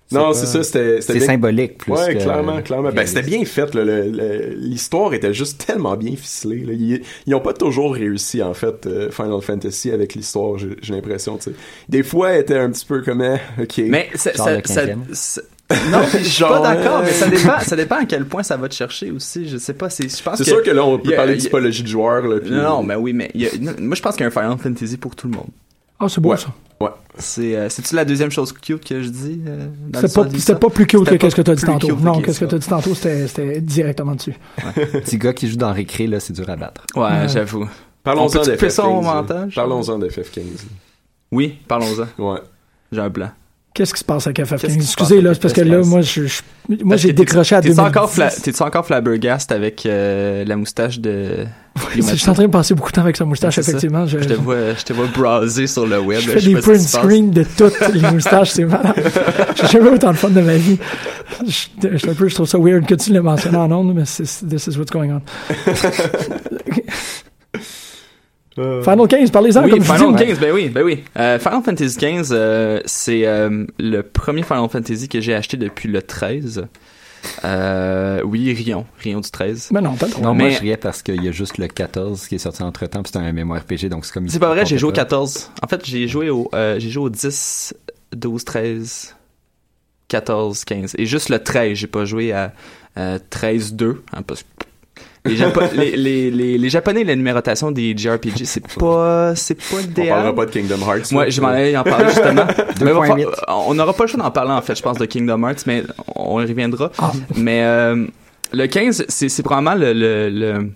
S9: Non,
S10: pas...
S9: c'est ça, c'était...
S10: c'était
S9: C'est
S10: bien... symbolique, plus
S9: ouais,
S10: que...
S9: clairement, clairement. Ben, c'était bien fait, là. Le, le, l'histoire était juste tellement bien ficelée, là. Ils, ils ont pas toujours réussi, en fait, euh, Final Fantasy avec l'histoire, j'ai, j'ai l'impression, tu sais. Des fois, elle était un petit peu comme, eh, OK.
S8: Mais ça... ça, ça, ça non, je suis pas d'accord, mais ça dépend, ça dépend à quel point ça va te chercher aussi. Je sais pas, c'est, je pense
S9: c'est
S8: que
S9: sûr que là, on peut
S8: a,
S9: parler
S8: a,
S9: de typologie de joueurs, là. Puis...
S8: Non, non, mais oui, mais y a, non, moi, je pense qu'il y a un Final Fantasy pour tout le monde.
S7: Ah, c'est beau,
S9: ouais.
S7: ça.
S9: Ouais.
S8: C'est, euh, c'est-tu la deuxième chose cute que je dis? Euh,
S7: c'était, pas, c'était pas plus cute
S8: c'était
S7: que qu'est-ce que t'as dit tantôt.
S8: Cute,
S7: non,
S8: okay,
S7: qu'est-ce que t'as dit tantôt, c'était, c'était directement dessus.
S10: Ouais. Petit gars qui joue dans Récré, là, c'est dur à battre.
S8: Ouais, ouais. J'avoue.
S9: Parlons-en
S8: d'F F quinze.
S9: ça
S8: au montage?
S9: Parlons-en d'F F quinze.
S8: Oui, parlons-en.
S9: Ouais.
S8: J'ai un blanc.
S7: Qu'est-ce qui se passe avec F F quinze? Excusez, là, parce que là, moi, je, je moi, parce j'ai décroché à deux mille dix.
S8: Encore fla- t'es-tu encore flabbergast avec euh, la moustache de...
S7: Oui, je suis en train de passer beaucoup de temps avec sa moustache,
S8: ouais,
S7: effectivement. Je,
S8: je, te vois, je te vois browser sur le web.
S7: Je fais des print screens de toutes les moustaches, c'est malade. J'ai jamais autant de fun de ma vie. Je, je, un peu, je trouve ça weird que tu l'aies mentionné en ondes, mais c'est, this is what's going on. Euh... Final quinze, parlez-en
S8: oui,
S7: comme
S8: Final
S7: je dis.
S8: quinze, ben oui, ben oui. Euh, Final Fantasy quinze, euh, c'est euh, le premier Final Fantasy que j'ai acheté depuis le treize. Euh, oui, Rion, Rion du treize.
S7: Mais non, pas
S10: Non,
S8: mais...
S10: moi je riais parce qu'il y a juste le quatorze qui est sorti entre-temps, puis c'est un MMORPG, donc c'est comme...
S8: C'est pas vrai, j'ai joué au quatorze. En fait, j'ai joué au, euh, j'ai joué au dix, douze, treize, quatorze, quinze. Et juste le treize, j'ai pas joué à euh, treize deux, hein, parce que Les, Japo- les, les, les, les Japonais, la numérotation des J R P G, c'est pas, c'est pas idéal.
S9: On parlera pas de Kingdom Hearts.
S8: Moi, je m'en allais en parler justement. mais va, on n'aura pas le choix d'en parler, en fait, je pense, de Kingdom Hearts, mais on y reviendra. Ah. Mais euh, le quinze, c'est, c'est probablement le, le, le,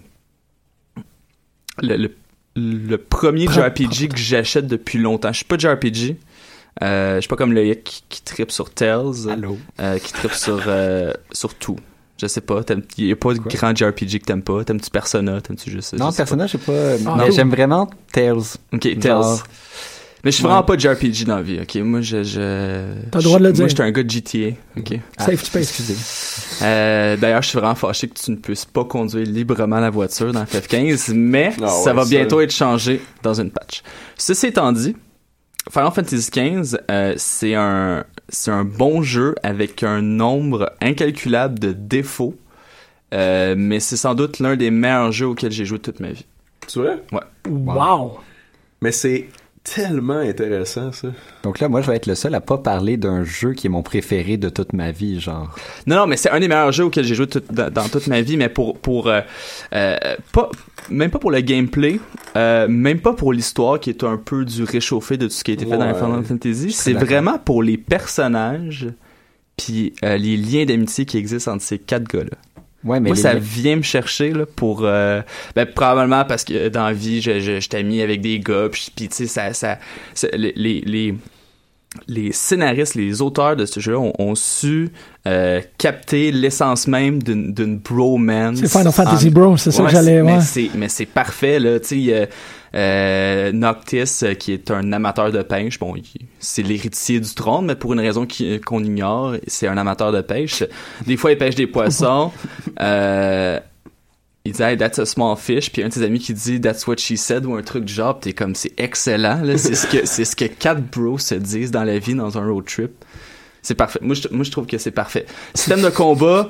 S8: le, le, le premier J R P G que j'achète depuis longtemps. Je suis pas J R P G. Euh, je suis pas comme le Yek qui, qui trippe sur Tales.
S10: Allô.
S8: Euh, qui trippe sur, euh, sur tout. Je sais pas, il y a pas de Quoi? grand J R P G que t'aimes pas. T'aimes-tu Persona? T'aimes-tu juste
S10: Non, Persona, je sais pas.
S7: Ah,
S10: mais j'aime vraiment Tales.
S8: Ok, Tales. Genre... Mais je suis ouais. vraiment pas de J R P G dans la vie, ok? Moi, je... je...
S7: T'as le droit de le dire.
S8: Moi, j'étais un gars de G T A, ok?
S7: Ah, Safe space.
S10: Excusez.
S8: Euh, d'ailleurs, je suis vraiment fâché que tu ne puisses pas conduire librement la voiture dans F F quinze, mais oh, ça ouais, va bientôt ça... être changé dans une patch. Ceci étant dit, Final Fantasy quinze, euh, c'est un... c'est un bon jeu avec un nombre incalculable de défauts. Euh, mais c'est sans doute l'un des meilleurs jeux auxquels j'ai joué toute ma vie.
S9: C'est vrai?
S8: Ouais.
S7: Wow!
S9: Mais c'est tellement intéressant, ça.
S10: Donc là, moi, je vais être le seul à pas parler d'un jeu qui est mon préféré de toute ma vie, genre.
S8: Non, non, mais c'est un des meilleurs jeux auxquels j'ai joué tout, dans, dans toute ma vie, mais pour... pour euh, euh, pas, même pas pour le gameplay, euh, même pas pour l'histoire qui est un peu du réchauffé de tout ce qui a été fait ouais. dans les Final Fantasy. C'est d'accord. Vraiment pour les personnages puis euh, les liens d'amitié qui existent entre ces quatre gars-là.
S10: Ouais, mais
S8: moi, ça
S10: les...
S8: vient me chercher là, pour... Euh, ben, probablement parce que dans la vie, je, je, j'étais ami avec des gars, puis tu sais, ça... ça, ça les, les, les, les scénaristes, les auteurs de ce jeu-là ont, ont su euh, capter l'essence même d'une, d'une bromance.
S7: C'est Final Fantasy en... Bro, c'est ça ouais, que j'allais... Ouais.
S8: Mais, c'est, mais c'est parfait, là, tu sais... Euh, Euh, Noctis, euh, qui est un amateur de pêche, bon, il, c'est l'héritier du trône, mais pour une raison qui, qu'on ignore, c'est un amateur de pêche. Des fois, il pêche des poissons. euh, il dit hey, that's a small fish, puis un de ses amis qui dit that's what she said ou un truc du genre, pis t'es comme c'est excellent, là, c'est ce que c'est ce que quatre bros se disent dans la vie dans un road trip. C'est parfait. Moi, je, moi, je trouve que c'est parfait. Système de combat,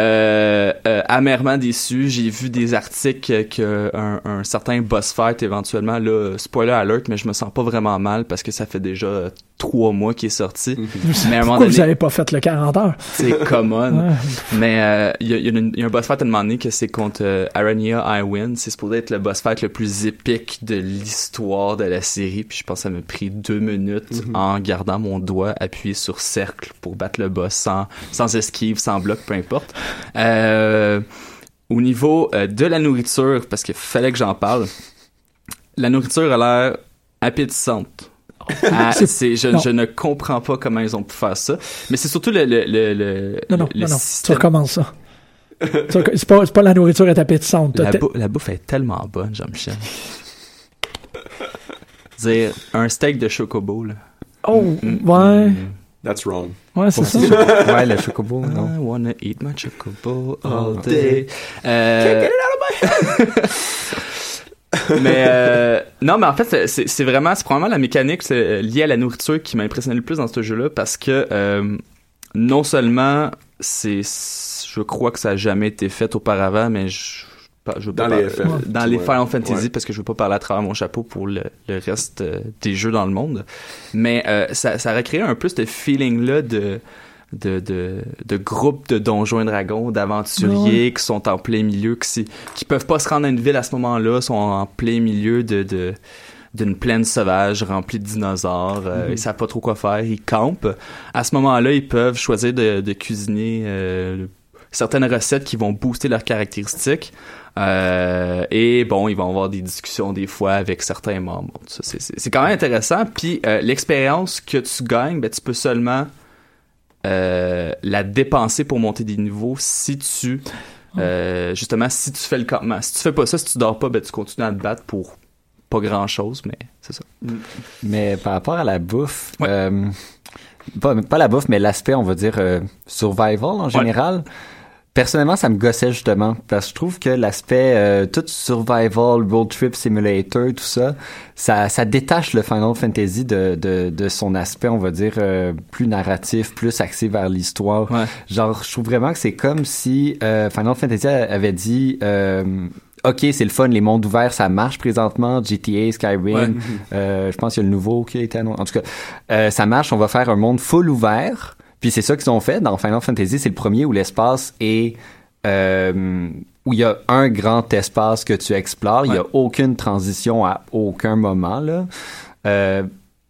S8: euh, euh, amèrement déçu. J'ai vu des articles que un, un certain boss fight, éventuellement, là, spoiler alert, mais je me sens pas vraiment mal parce que ça fait déjà trois mois qu'il est sorti.
S7: Mm-hmm. Mais à un moment donné, vous avez pas fait le quarante heures?
S8: C'est common. Ouais. Mais il euh, y, y, y a un boss fight à un moment donné que c'est contre euh, Arania Iwin. C'est supposé être le boss fight le plus épique de l'histoire de la série. Puis je pense que ça m'a pris deux minutes mm-hmm. en gardant mon doigt appuyé sur cercle pour battre le boss sans, sans esquive, sans bloc, peu importe. Euh, au niveau euh, de la nourriture, parce qu'il fallait que j'en parle, la nourriture a l'air appétissante. Ah, c'est, c'est, je, je ne comprends pas comment ils ont pu faire ça. Mais c'est surtout le... le, le, le
S7: non, non,
S8: le
S7: non,
S8: système...
S7: tu recommences ça. c'est, pas, c'est pas la nourriture est appétissante.
S8: La, bou- la bouffe est tellement bonne, Jean-Michel. Dire un steak de chocobo, là.
S7: Oh, mm, ouais... Mm,
S9: That's wrong.
S7: Ouais, c'est ça.
S10: Ouais, le chocobo, non.
S8: I wanna eat my chocobo all day. Euh... Can't get it out of my mais euh, non, mais en fait, c'est, c'est vraiment, c'est probablement la mécanique c'est, liée à la nourriture qui m'a impressionné le plus dans ce jeu-là parce que euh, non seulement c'est, je crois que ça a jamais été fait auparavant, mais je, je veux pas
S9: dans les
S8: parler,
S9: F F,
S8: dans les
S9: ouais.
S8: Final Fantasy
S9: Ouais.
S8: parce que je veux pas parler à travers mon chapeau pour le, le reste euh, des jeux dans le monde, mais euh, ça, ça aurait créé un peu ce feeling là de de de de groupes de donjons et dragons, d'aventuriers ouais. qui sont en plein milieu, qui qui peuvent pas se rendre à une ville à ce moment-là, sont en plein milieu de de d'une plaine sauvage remplie de dinosaures, euh, mm-hmm. ils savent pas trop quoi faire, ils campent. À ce moment-là, ils peuvent choisir de, de cuisiner euh, certaines recettes qui vont booster leurs caractéristiques. Euh, et bon, ils vont avoir des discussions des fois avec certains membres. Bon, ça, c'est, c'est, c'est quand même intéressant. Puis euh, l'expérience que tu gagnes, ben, tu peux seulement euh, la dépenser pour monter des niveaux si tu euh, justement si tu fais le campement. Si tu fais pas ça, si tu dors pas, ben tu continues à te battre pour pas grand chose, mais c'est ça.
S10: Mais par rapport à la bouffe,
S8: ouais.
S10: euh, pas, pas la bouffe, mais l'aspect, on va dire, euh, survival en général, ouais. personnellement, ça me gossait justement, parce que je trouve que l'aspect euh, tout survival, road trip simulator, tout ça, ça, ça détache le Final Fantasy de, de, de son aspect, on va dire, euh, plus narratif, plus axé vers l'histoire.
S8: Ouais. Genre,
S10: je trouve vraiment que c'est comme si euh, Final Fantasy avait dit... Euh, OK, c'est le fun, les mondes ouverts, ça marche présentement, G T A, Skyrim, ouais. euh, je pense qu'il y a le nouveau qui a été annoncé. En tout cas, euh, ça marche, on va faire un monde full ouvert, puis c'est ça qu'ils ont fait dans Final Fantasy, c'est le premier où l'espace est... Euh, où il y a un grand espace que tu explores, il ouais. y a aucune transition à aucun moment, là. Euh,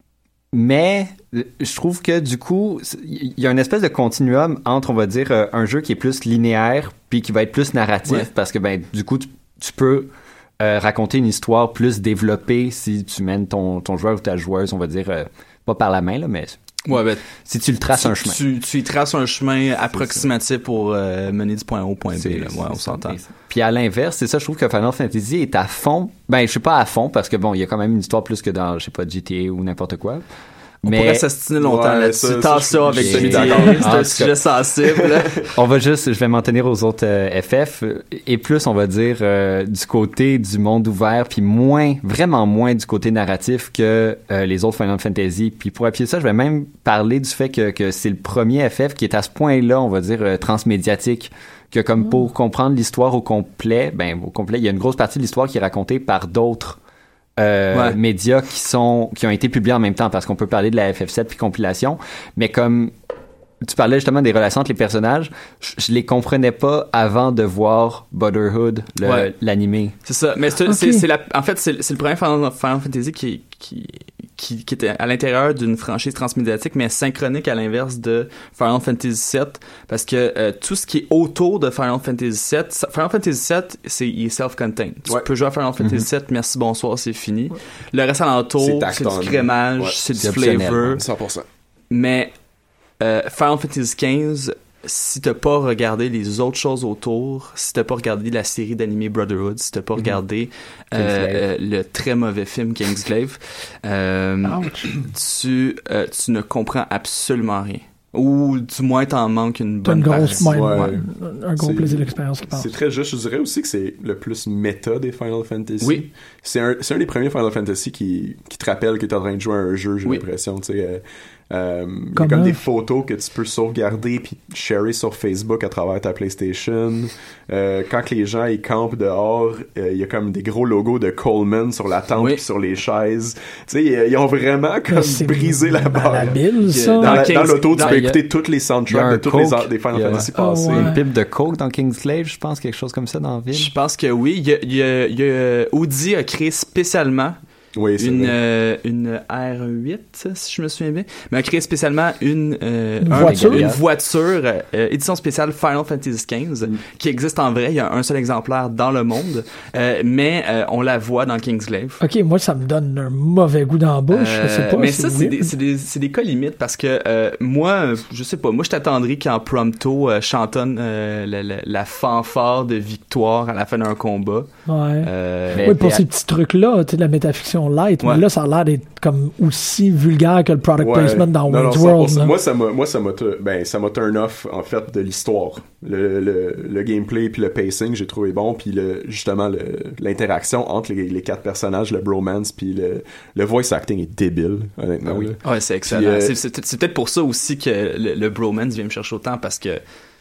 S10: mais je trouve que du coup, il y a une espèce de continuum entre, on va dire, un jeu qui est plus linéaire puis qui va être plus narratif, ouais. parce que ben du coup, tu tu peux euh, raconter une histoire plus développée si tu mènes ton, ton joueur ou ta joueuse, on va dire, euh, pas par la main, là, mais
S8: ouais, ben,
S10: si tu le traces
S8: tu,
S10: un chemin.
S8: Tu, tu y traces un chemin approximatif pour euh, mener du point A au point B. Là. Ouais, on s'entend.
S10: Puis à l'inverse, c'est ça, je trouve que Final Fantasy est à fond. Ben, je sais pas à fond, parce que bon, il y a quand même une histoire plus que dans, je sais pas, G T A ou n'importe quoi.
S8: On
S10: mais...
S8: pourrait s'astiner longtemps ouais, là-dessus. T'as ça, ça avec
S10: G
S8: T A. C'est un sujet sensible.
S10: On va juste, je vais m'en tenir aux autres euh, F F et plus, on va dire, euh, du côté du monde ouvert, puis moins, vraiment moins du côté narratif que euh, les autres Final Fantasy. Puis pour appuyer ça, je vais même parler du fait que, que c'est le premier F F qui est à ce point-là, on va dire, euh, transmédiatique. Que comme pour comprendre l'histoire au complet, ben au complet, il y a une grosse partie de l'histoire qui est racontée par d'autres Euh, ouais. médias qui sont qui ont été publiés en même temps, parce qu'on peut parler de la F F sept puis compilation, mais comme tu parlais justement des relations entre les personnages, je, je les comprenais pas avant de voir Brotherhood, le, ouais. l'animé.
S8: C'est ça, mais c'est, okay. c'est, c'est la, en fait c'est, c'est le premier Final, Final Fantasy qui qui qui qui était à l'intérieur d'une franchise transmédiatique, mais synchronique à l'inverse de Final Fantasy sept, parce que euh, tout ce qui est autour de Final Fantasy sept, Final Fantasy sept, c'est il est self-contained. Tu ouais. peux jouer à Final Fantasy mm-hmm. sept, merci, bonsoir, c'est fini. Ouais. Le reste alentour, c'est, c'est du crémage, ouais. c'est, c'est du flavor.
S9: cent pour cent.
S8: Mais euh, Final Fantasy quinze, si t'as pas regardé les autres choses autour, si t'as pas regardé la série d'animé Brotherhood, si t'as pas mm-hmm. regardé euh, le très mauvais film Kingsglaive, euh, tu, euh, tu ne comprends absolument rien. Ou du moins t'en manques une bonne
S7: une grosse,
S8: partie.
S7: Ouais, ouais. Un gros c'est, plaisir d'expérience, je pense.
S9: C'est très juste. Je dirais aussi que c'est le plus méta des Final Fantasy.
S8: Oui.
S9: C'est un, c'est un des premiers Final Fantasy qui, qui te rappelle que t'es en train de jouer à un jeu, j'ai oui. l'impression. Tu sais, euh, euh, il y a comme des photos que tu peux sauvegarder puis sharer sur Facebook à travers ta PlayStation. Euh, quand les gens ils campent dehors, il euh, y a comme des gros logos de Coleman sur la tente oui. puis sur les chaises. Tu sais, ils ont vraiment comme brisé la barre.
S7: Habile, ça.
S9: Dans, la,
S7: Kings,
S9: dans l'auto, tu
S7: dans,
S9: peux écouter a, toutes les soundtracks de toutes les, des Final Fantasy passés.
S10: Il y a une pipe de coke dans Kingsglaive, je pense, quelque chose comme ça dans la ville.
S8: Je pense que oui. Il y a, il y a, il y a Audi a créé spécialement
S9: Oui, c'est
S8: une,
S9: vrai.
S8: euh, une R huit, si je me souviens bien, mais a créé spécialement une, euh,
S7: une
S8: un,
S7: voiture,
S8: une voiture euh, édition spéciale Final Fantasy quinze, mm. qui existe en vrai. Il y a un seul exemplaire dans le monde, euh, mais euh, on la voit dans Kingsglaive.
S7: Ok, moi ça me donne un mauvais goût dans la bouche. Euh, je sais pas,
S8: mais
S7: c'est
S8: ça, c'est des, c'est, des, c'est des cas limites parce que euh, moi, je sais pas, moi je t'attendrais quand Prompto euh, chantonne euh, la, la, la fanfare de victoire à la fin d'un combat.
S7: Ouais.
S8: Euh,
S7: oui, pour ces petits trucs-là, tu sais, de la métafiction version light,
S9: Ouais.
S7: mais là, ça a l'air d'être comme aussi vulgaire que le product
S9: Ouais.
S7: placement dans
S9: Non,
S7: Wayne's
S9: non,
S7: World.
S9: cent pour cent.
S7: là.
S9: Moi, ça m'a, moi, ça m'a, tu- ben, ça m'a turn off, en fait, de l'histoire. Le, le, le gameplay puis le pacing, j'ai trouvé bon, puis le, justement, le, l'interaction entre les, les quatre personnages, le bromance, puis le, le voice acting est débile, honnêtement.
S8: Ah oui.
S9: là.
S8: Ouais, c'est excellent.
S9: Puis, euh,
S8: c'est, c'est, c'est peut-être pour ça aussi que le, le bromance vient me chercher autant, parce que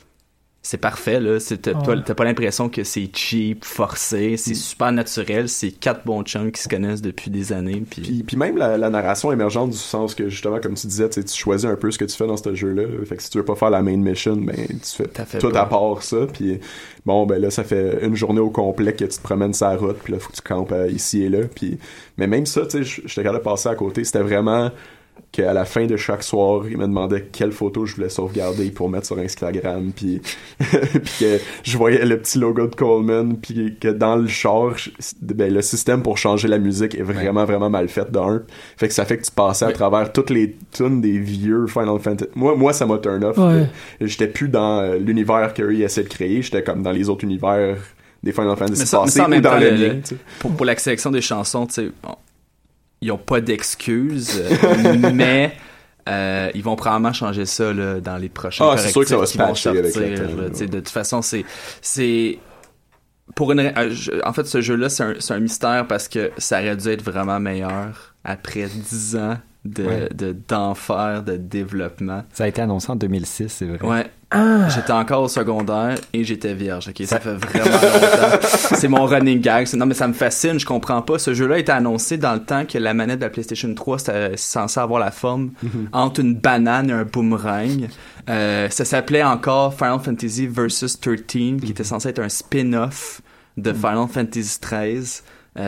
S8: c'est parfait, là. C'est, t'as,
S7: Ouais.
S8: pas, t'as pas l'impression que c'est cheap, forcé, c'est super naturel, c'est quatre bons chums qui se connaissent depuis des années. Puis,
S9: Puis, puis même la, la narration émergente, du sens que, justement, comme tu disais, tu sais, tu choisis un peu ce que tu fais dans ce jeu-là. Fait que si tu veux pas faire la main mission, ben, tu fais
S8: T'as fait
S9: tout
S8: pas.
S9: à part ça. Puis bon, ben là, ça fait une journée au complet que tu te promènes sur la route, puis là, faut que tu campes euh, ici et là. Puis, mais même ça, tu sais, j- j'étais capable de passer à côté. C'était vraiment qu'à la fin de chaque soir, il me demandait quelle photo je voulais sauvegarder pour mettre sur Instagram, puis, puis que je voyais le petit logo de Coleman, puis que dans le char, je- ben, le système pour changer la musique est vraiment, vraiment mal fait d'un. Fait que ça fait que tu passais à
S8: Ouais.
S9: travers toutes les tunes des vieux Final Fantasy. Moi, moi ça m'a turn off.
S7: Ouais.
S9: J'étais plus dans euh, l'univers qu'eux essaient de créer, j'étais comme dans les autres univers des Final Fantasy
S8: Mais ça- mais
S9: passés
S8: ça, en
S9: ou
S8: même
S9: dans
S8: temps,
S9: le
S8: le-
S9: mien, tu sais.
S8: pour, pour la sélection des chansons, tu sais, bon, ils ont pas d'excuses, euh, mais euh, ils vont probablement changer ça là, dans les prochains
S9: Ah, c'est sûr que ça va se
S8: qui vont
S9: patcher avec
S8: sortir,
S9: le temps,
S8: là,
S9: là.
S8: tu sais, de toute façon, c'est c'est pour une ra- euh, je- en fait, ce jeu-là, c'est un, c'est un mystère parce que ça aurait dû être vraiment meilleur après dix ans de,
S10: Ouais.
S8: de d'enfer de développement.
S10: Ça a été annoncé en deux mille six, c'est vrai.
S8: Ouais.
S7: Ah.
S8: J'étais encore au secondaire et j'étais vierge. Ok, ça fait vraiment longtemps. C'est mon running gag. C'est- Non, mais ça me fascine. Je comprends pas. Ce jeu-là a été annoncé dans le temps que la manette de la PlayStation trois c'était censé avoir la forme entre une banane et un boomerang. Euh, ça s'appelait encore Final Fantasy Versus treize, qui était censé être un spin-off de Final Fantasy treize.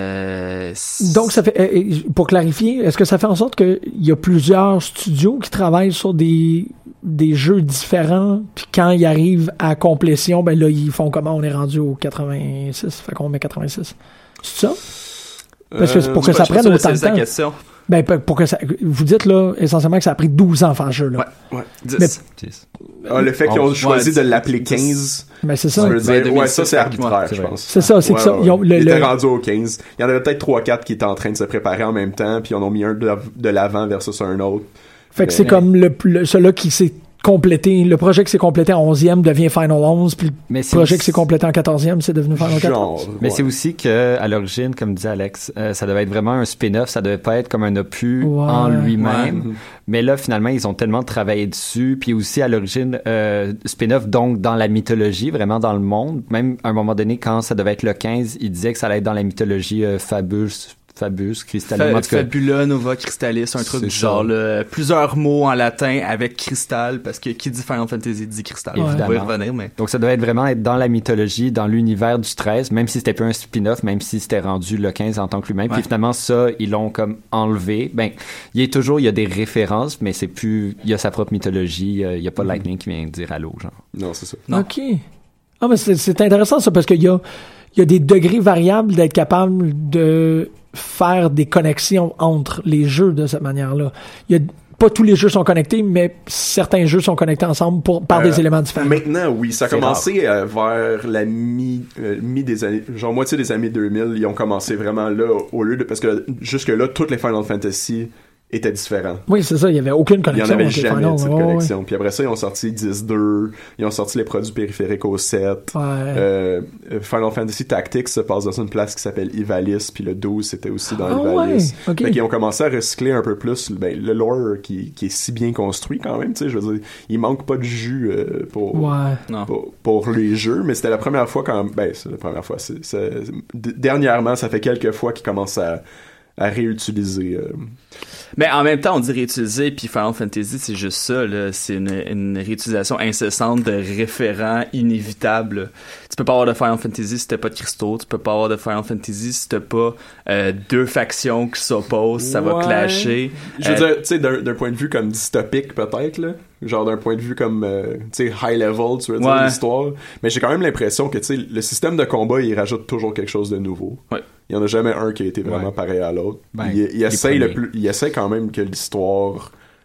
S8: Euh,
S7: Donc, ça fait, euh, euh, pour clarifier, est-ce que ça fait en sorte qu'il y a plusieurs studios qui travaillent sur des, des jeux différents, puis quand ils arrivent à complétion, ben là, ils font comment? On est rendu au quatre-vingt-six, fait qu'on met quatre-vingt-six. C'est ça? Parce que c'est pour
S8: Euh,
S7: que
S8: je
S7: ça
S8: sais pas,
S7: prenne
S8: je
S7: autant
S8: sais pas,
S7: de
S8: c'est la
S7: temps.
S8: question.
S7: Ben, pour que ça, vous dites, là, essentiellement que ça a pris douze ans à faire ce jeu-là.
S8: Ouais, ouais. dix.
S7: Mais-
S10: dix.
S9: Ah, le fait qu'ils ont
S10: Ouais,
S9: choisi
S8: dix.
S9: de l'appeler quinze,
S7: Mais c'est
S9: ça
S7: ça.
S9: veut
S8: Ouais,
S9: dire, ouais, ça c'est
S8: deux mille six,
S9: arbitraire,
S10: c'est
S9: je
S10: vrai.
S9: pense.
S7: C'est ça, c'est que
S9: Ouais,
S7: ça.
S9: ouais.
S7: Ils ont le,
S9: Ils
S7: le-
S9: étaient rendus au quinze. Il y en avait peut-être trois quatre qui étaient en train de se préparer en même temps, puis ils en ont mis un de, de l'avant versus un autre.
S7: fait que c'est
S9: Mais-
S7: comme le, le celui qui s'est complété, le projet qui s'est complété en onzième devient Final onze, puis le
S10: Mais c'est
S7: projet
S10: aussi-
S7: qui s'est complété en quatorzième, c'est devenu Final quatorze.
S9: Genre.
S10: Mais
S9: ouais.
S10: c'est aussi que à l'origine, comme disait Alex, euh, ça devait être vraiment un spin-off, ça devait pas être comme un opus
S7: Ouais.
S10: en lui-même.
S9: Ouais.
S10: Mais là, finalement, ils ont tellement travaillé dessus, puis aussi à l'origine, euh, spin-off donc dans la mythologie, vraiment dans le monde. Même à un moment donné, quand ça devait être le quinze, ils disaient que ça allait être dans la mythologie euh, Fabus, Fabus, Crystalline.
S8: Fa-
S10: en tout cas.
S8: Fabula, Nova Crystallis, un truc
S10: C'est
S8: du
S10: ça.
S8: genre. Là, plusieurs mots en latin avec cristal, parce que qui dit Final Fantasy dit cristal.
S10: Ouais.
S8: On va y
S10: Évidemment.
S8: revenir, mais...
S10: Donc ça devait être vraiment être dans la mythologie, dans l'univers du treize, même si c'était pas un spin-off, même si c'était rendu le quinze en tant que lui-même.
S8: Ouais.
S10: Puis finalement, ça, ils l'ont comme enlevé. Ben, il y a toujours, il y a des références, mais c'est plus, il y a sa propre mythologie, euh, il y a pas Lightning qui vient dire allô, genre.
S9: Non, c'est ça.
S8: Non.
S7: OK. Ah, mais c'est, c'est intéressant ça, parce qu'il y a, il y a des degrés variables d'être capable de faire des connexions entre les jeux de cette manière-là. Il y a, pas tous les jeux sont connectés, mais certains jeux sont connectés ensemble pour, par
S9: Euh,
S7: des éléments différents.
S9: Maintenant, oui, ça a
S10: C'est
S9: commencé euh, vers la mi, euh, mi des années, genre moitié des années deux mille, ils ont commencé vraiment là, au lieu de, parce que jusque-là, toutes les Final Fantasy étaient différents.
S7: Oui, c'est ça, il y avait aucune
S9: Il y
S7: connexion
S9: en avait
S7: entre les
S9: jamais
S7: Final,
S9: de cette
S7: ouais, ouais.
S9: connexion. Puis après ça, ils ont sorti dix deux, ils ont sorti les produits périphériques au sept.
S7: Ouais.
S9: Euh, Final Fantasy Tactics se passe dans une place qui s'appelle Ivalice, puis le douze c'était aussi dans
S7: Ah
S9: Ivalice.
S7: ouais, ok.
S9: Fait qu'ils ont commencé à recycler un peu plus ben, le lore qui, qui est si bien construit quand même, tu sais, je veux dire, il manque pas de jus euh, pour,
S7: Ouais.
S8: Non.
S9: pour, pour les jeux, mais c'était la première fois quand ben c'est la première fois, c'est, c'est- d- dernièrement, ça fait quelques fois qu'ils commencent à, à réutiliser euh,
S8: Mais en même temps, on dit réutiliser, puis Final Fantasy, c'est juste ça, là. C'est une, une réutilisation incessante de référents inévitables. Tu peux pas avoir de Final Fantasy si t'as pas de cristaux. Tu peux pas avoir de Final Fantasy si t'as pas euh, deux factions qui s'opposent. Ça va
S9: Ouais.
S8: clasher.
S9: Je veux
S8: Euh,
S9: dire, tu sais, d'un, d'un point de vue comme dystopique, peut-être, là. Genre d'un point de vue comme, euh, tu sais, high level, tu veux dire,
S8: Ouais.
S9: l'histoire. Mais j'ai quand même l'impression que, tu sais, le système de combat, il rajoute toujours quelque chose de nouveau.
S8: Ouais.
S9: Il y en a jamais un qui a été vraiment
S10: Ouais.
S9: pareil à l'autre.
S10: Ben,
S9: il, il
S10: les
S9: essaye le
S10: premiers.
S9: plus, il essaye quand même que l'histoire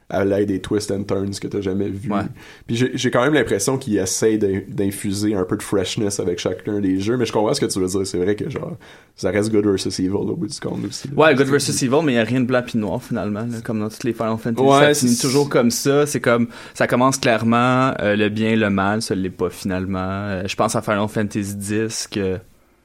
S9: à l'aide des twists and turns que t'as jamais vu.
S8: Ouais.
S9: Puis j'ai, j'ai quand même l'impression qu'ils essayent d'in- d'infuser un peu de freshness avec chacun des jeux, mais je comprends ce que tu veux dire. C'est vrai que genre ça reste Good versus Evil au bout du compte aussi.
S8: Ouais, Good versus Evil, mais il y a rien de blanc pis noir finalement, là, comme dans toutes les Final Fantasy.
S9: Ouais,
S8: ça finit
S9: c'est...
S8: toujours comme ça. C'est comme ça commence clairement euh, le bien, le mal, ça l'est pas finalement. Euh, je pense à Final Fantasy X que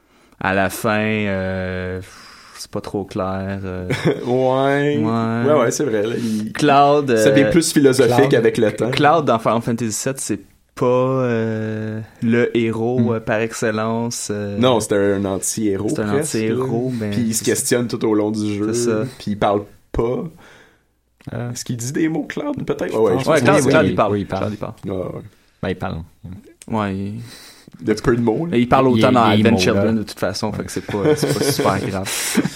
S8: à la fin. Euh, c'est pas trop clair. Euh...
S9: ouais.
S8: ouais.
S9: Ouais, ouais, c'est vrai. Là, il...
S8: Cloud. Euh...
S9: Ça devient plus philosophique
S8: Cloud.
S9: avec le temps.
S8: Cloud dans Final Fantasy sept, c'est pas euh, le héros mm. euh, par excellence. Euh...
S9: Non, c'était un anti-héros.
S8: C'est un
S9: presque,
S8: anti-héros. Ben,
S9: puis il se questionne tout au long du jeu.
S8: C'est ça.
S9: Puis il parle pas. Euh... Est-ce qu'il dit des mots, Cloud, peut-être?
S8: Ouais, ouais, ouais Cloud, oui, Cloud, il parle. Oui, il parle.
S10: Cloud, il parle.
S9: Ah, ouais.
S10: Ben, il parle.
S8: Ouais, il...
S9: De peu de mots. Là.
S8: Il parle autant
S10: il,
S8: dans
S10: il,
S8: Advent
S10: il
S8: Children de toute façon, ouais. Fait que c'est pas, c'est pas super grave.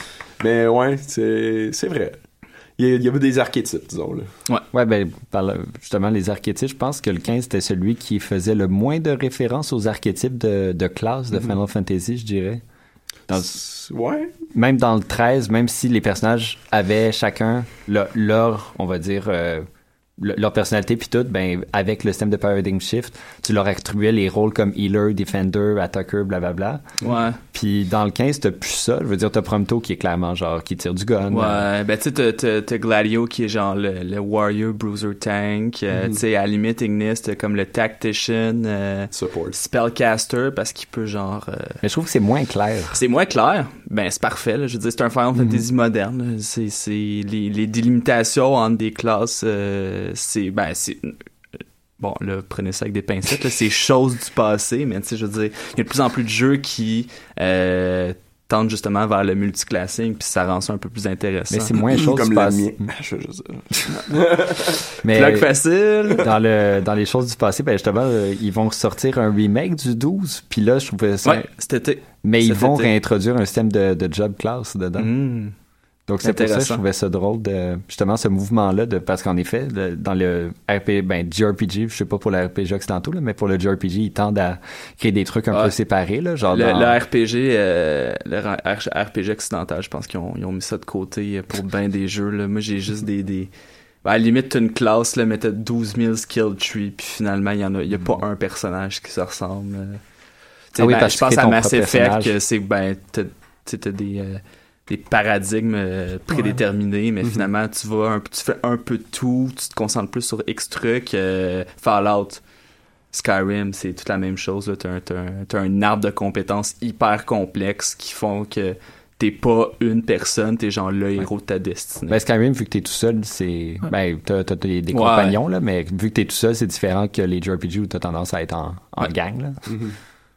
S9: Mais ouais, c'est, c'est vrai. Il y, a, il y avait des archétypes, disons. Là.
S10: Ouais. Ouais, ben, par le, justement, les archétypes, je pense que le quinze, c'était celui qui faisait le moins de références aux archétypes de, de classe de mm-hmm. Final Fantasy, je dirais. Dans,
S9: ouais.
S10: Même dans le treize, même si les personnages avaient chacun leur, leur on va dire... Euh, leur personnalité puis tout, ben avec le système de Paradigm Shift, tu leur attribuais les rôles comme healer, defender, attacker, blablabla.
S8: Ouais.
S10: Puis dans le quinze, t'as plus ça. Je veux dire, t'as Prompto qui est clairement genre qui tire du gun.
S8: Ouais.
S10: Euh...
S8: Ben tu sais, t'as, t'as, t'as Gladio qui est genre le, le warrior, bruiser, tank. Mm-hmm. Euh, tu sais, à la limite, Ignis, t'as comme le tactician, euh,
S9: support,
S8: spellcaster parce qu'il peut genre. Euh...
S10: Mais je trouve que c'est moins clair.
S8: C'est moins clair. Ben c'est parfait. Là. Je veux dire, c'est un Final mm-hmm. Fantasy moderne. Là. C'est c'est les les délimitations entre des classes. Euh, c'est ben c'est bon là prenez ça avec des pincettes là, c'est chose du passé, mais tu sais je veux dire il y a de plus en plus de jeux qui euh, tendent justement vers le multiclassing puis ça rend ça un peu plus intéressant.
S10: Mais c'est moins chose
S9: comme
S10: du passé.
S9: Je veux dire.
S10: Mais
S8: plug facile.
S10: Dans le dans les choses du passé, ben justement euh, ils vont sortir un remake du douze, puis là je trouvais ça.
S8: Ouais, cet été.
S10: Mais
S8: cet
S10: ils vont
S8: été.
S10: réintroduire un système de, de job class dedans.
S8: Mm.
S10: Donc c'est pour ça que je trouvais ça drôle de justement ce mouvement-là de parce qu'en effet le, dans le R P ben J R P G, je sais pas pour le R P G occidentaux là, mais pour le J R P G ils tendent à créer des trucs un
S8: ouais.
S10: peu séparés là, genre
S8: le,
S10: dans...
S8: le R P G euh, le R P G occidental, je pense qu'ils ont, ils ont mis ça de côté pour ben des jeux là. Moi j'ai juste des des ben, à la limite t'as une classe là, mais t'as douze mille skill trees puis finalement il y en a il y a pas un personnage qui se ressemble. Ah oui, ben, parce je pense à Mass Effect, c'est ben t'as t'as des euh, des paradigmes euh, prédéterminés, ouais. mais mm-hmm. finalement, tu vas un, tu fais un peu de tout, tu te concentres plus sur X trucs. Euh, Fallout, Skyrim, c'est toute la même chose. Là. T'as, un, t'as, un, t'as un arbre de compétences hyper complexe qui font que t'es pas une personne, t'es genre le héros ouais. de ta destinée.
S10: Ben Skyrim, vu que t'es tout seul, c'est... Ouais. Ben, t'as, t'as des, des ouais. compagnons, là, mais vu que t'es tout seul, c'est différent que les J R P G où t'as tendance à être en, en ouais. gang, là.
S9: Mm-hmm.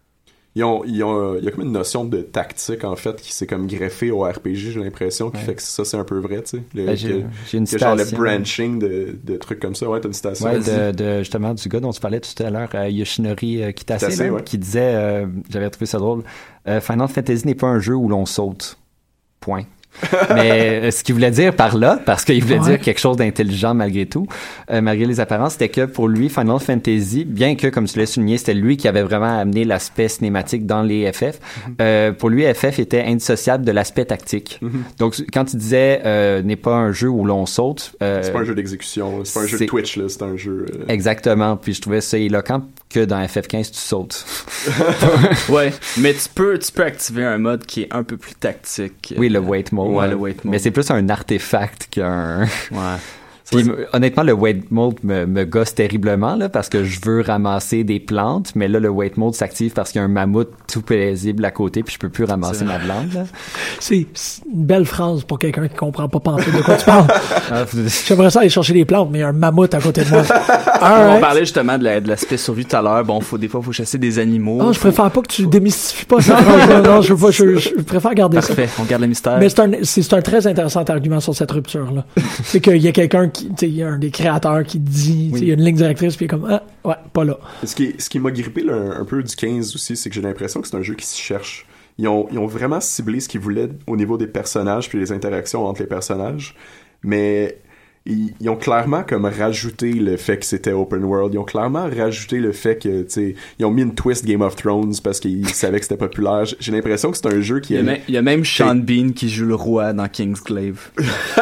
S9: Ils ont, ils ont, il y a comme une notion de tactique, en fait, qui s'est comme greffée au R P G, j'ai l'impression, qui ouais. fait que ça, c'est un peu vrai, tu sais. Le,
S10: ben, j'ai,
S9: que,
S10: j'ai une
S9: que
S10: citation.
S9: Genre le branching de, de trucs comme ça. Ouais, t'as une citation.
S10: Ouais, de, de, justement, du gars dont tu parlais tout à l'heure, euh, Yoshinori euh, Kitase, Kitase là, ouais. qui disait, euh, j'avais trouvé ça drôle, euh, Final Fantasy n'est pas un jeu où l'on saute. Point. Mais euh, ce qu'il voulait dire par là, parce qu'il voulait ouais. dire quelque chose d'intelligent malgré tout, euh, malgré les apparences, c'était que pour lui, Final Fantasy, bien que, comme tu l'as souligné, c'était lui qui avait vraiment amené l'aspect cinématique dans les F F, mm-hmm. euh, pour lui, F F était indissociable de l'aspect tactique. Mm-hmm. Donc, quand il disait euh, n'est pas un jeu où l'on saute... Euh,
S9: c'est pas un jeu d'exécution, c'est pas un jeu de Twitch, là, c'est un jeu... Euh...
S10: Exactement, puis je trouvais ça éloquent que dans F F quinze, tu sautes.
S8: Ouais, mais tu peux, tu peux activer un mode qui est un peu plus tactique.
S10: Oui, le wait mode.
S8: Ouais, le wait mode.
S10: Mais c'est plus un artefact qu'un...
S8: Ouais.
S10: Puis, honnêtement, le wait mode me, me gosse terriblement, là, parce que je veux ramasser des plantes, mais là, le wait mode s'active parce qu'il y a un mammouth tout paisible à côté, puis je peux plus ramasser ma plante, là.
S7: C'est, c'est une belle phrase pour quelqu'un qui comprend pas pantoute de quoi tu parles. J'aimerais ça aller chercher des plantes, mais il y a un mammouth à côté de moi.
S8: Right. On parlait justement de, la, de l'aspect survie tout à l'heure. Bon, faut, des fois, il faut chasser des animaux.
S7: Non, je
S8: faut...
S7: préfère pas que tu démystifies pas ça. non, non, je, veux, je, je préfère garder
S8: Parfait, ça.
S7: Parfait,
S8: on garde le mystère.
S7: Mais c'est un, c'est, c'est un très intéressant argument sur cette rupture-là. C'est qu'il y a quelqu'un qui, tu sais, il y a un des créateurs qui dit, oui. il y a une ligne directrice, puis il est comme, ah, ouais, pas là.
S9: Ce qui, ce qui m'a grippé là, un, un peu du quinze aussi, c'est que j'ai l'impression que c'est un jeu qui se cherche. Ils ont, ils ont vraiment ciblé ce qu'ils voulaient au niveau des personnages puis les interactions entre les personnages, mais ils, ils ont clairement comme rajouté le fait que c'était open world. Ils ont clairement rajouté le fait que, tu sais, ils ont mis une twist Game of Thrones parce qu'ils savaient que c'était populaire. J'ai l'impression que c'est un jeu qui...
S8: Il y a, même, il y a même Sean Bean qui joue le roi dans Kingsglaive.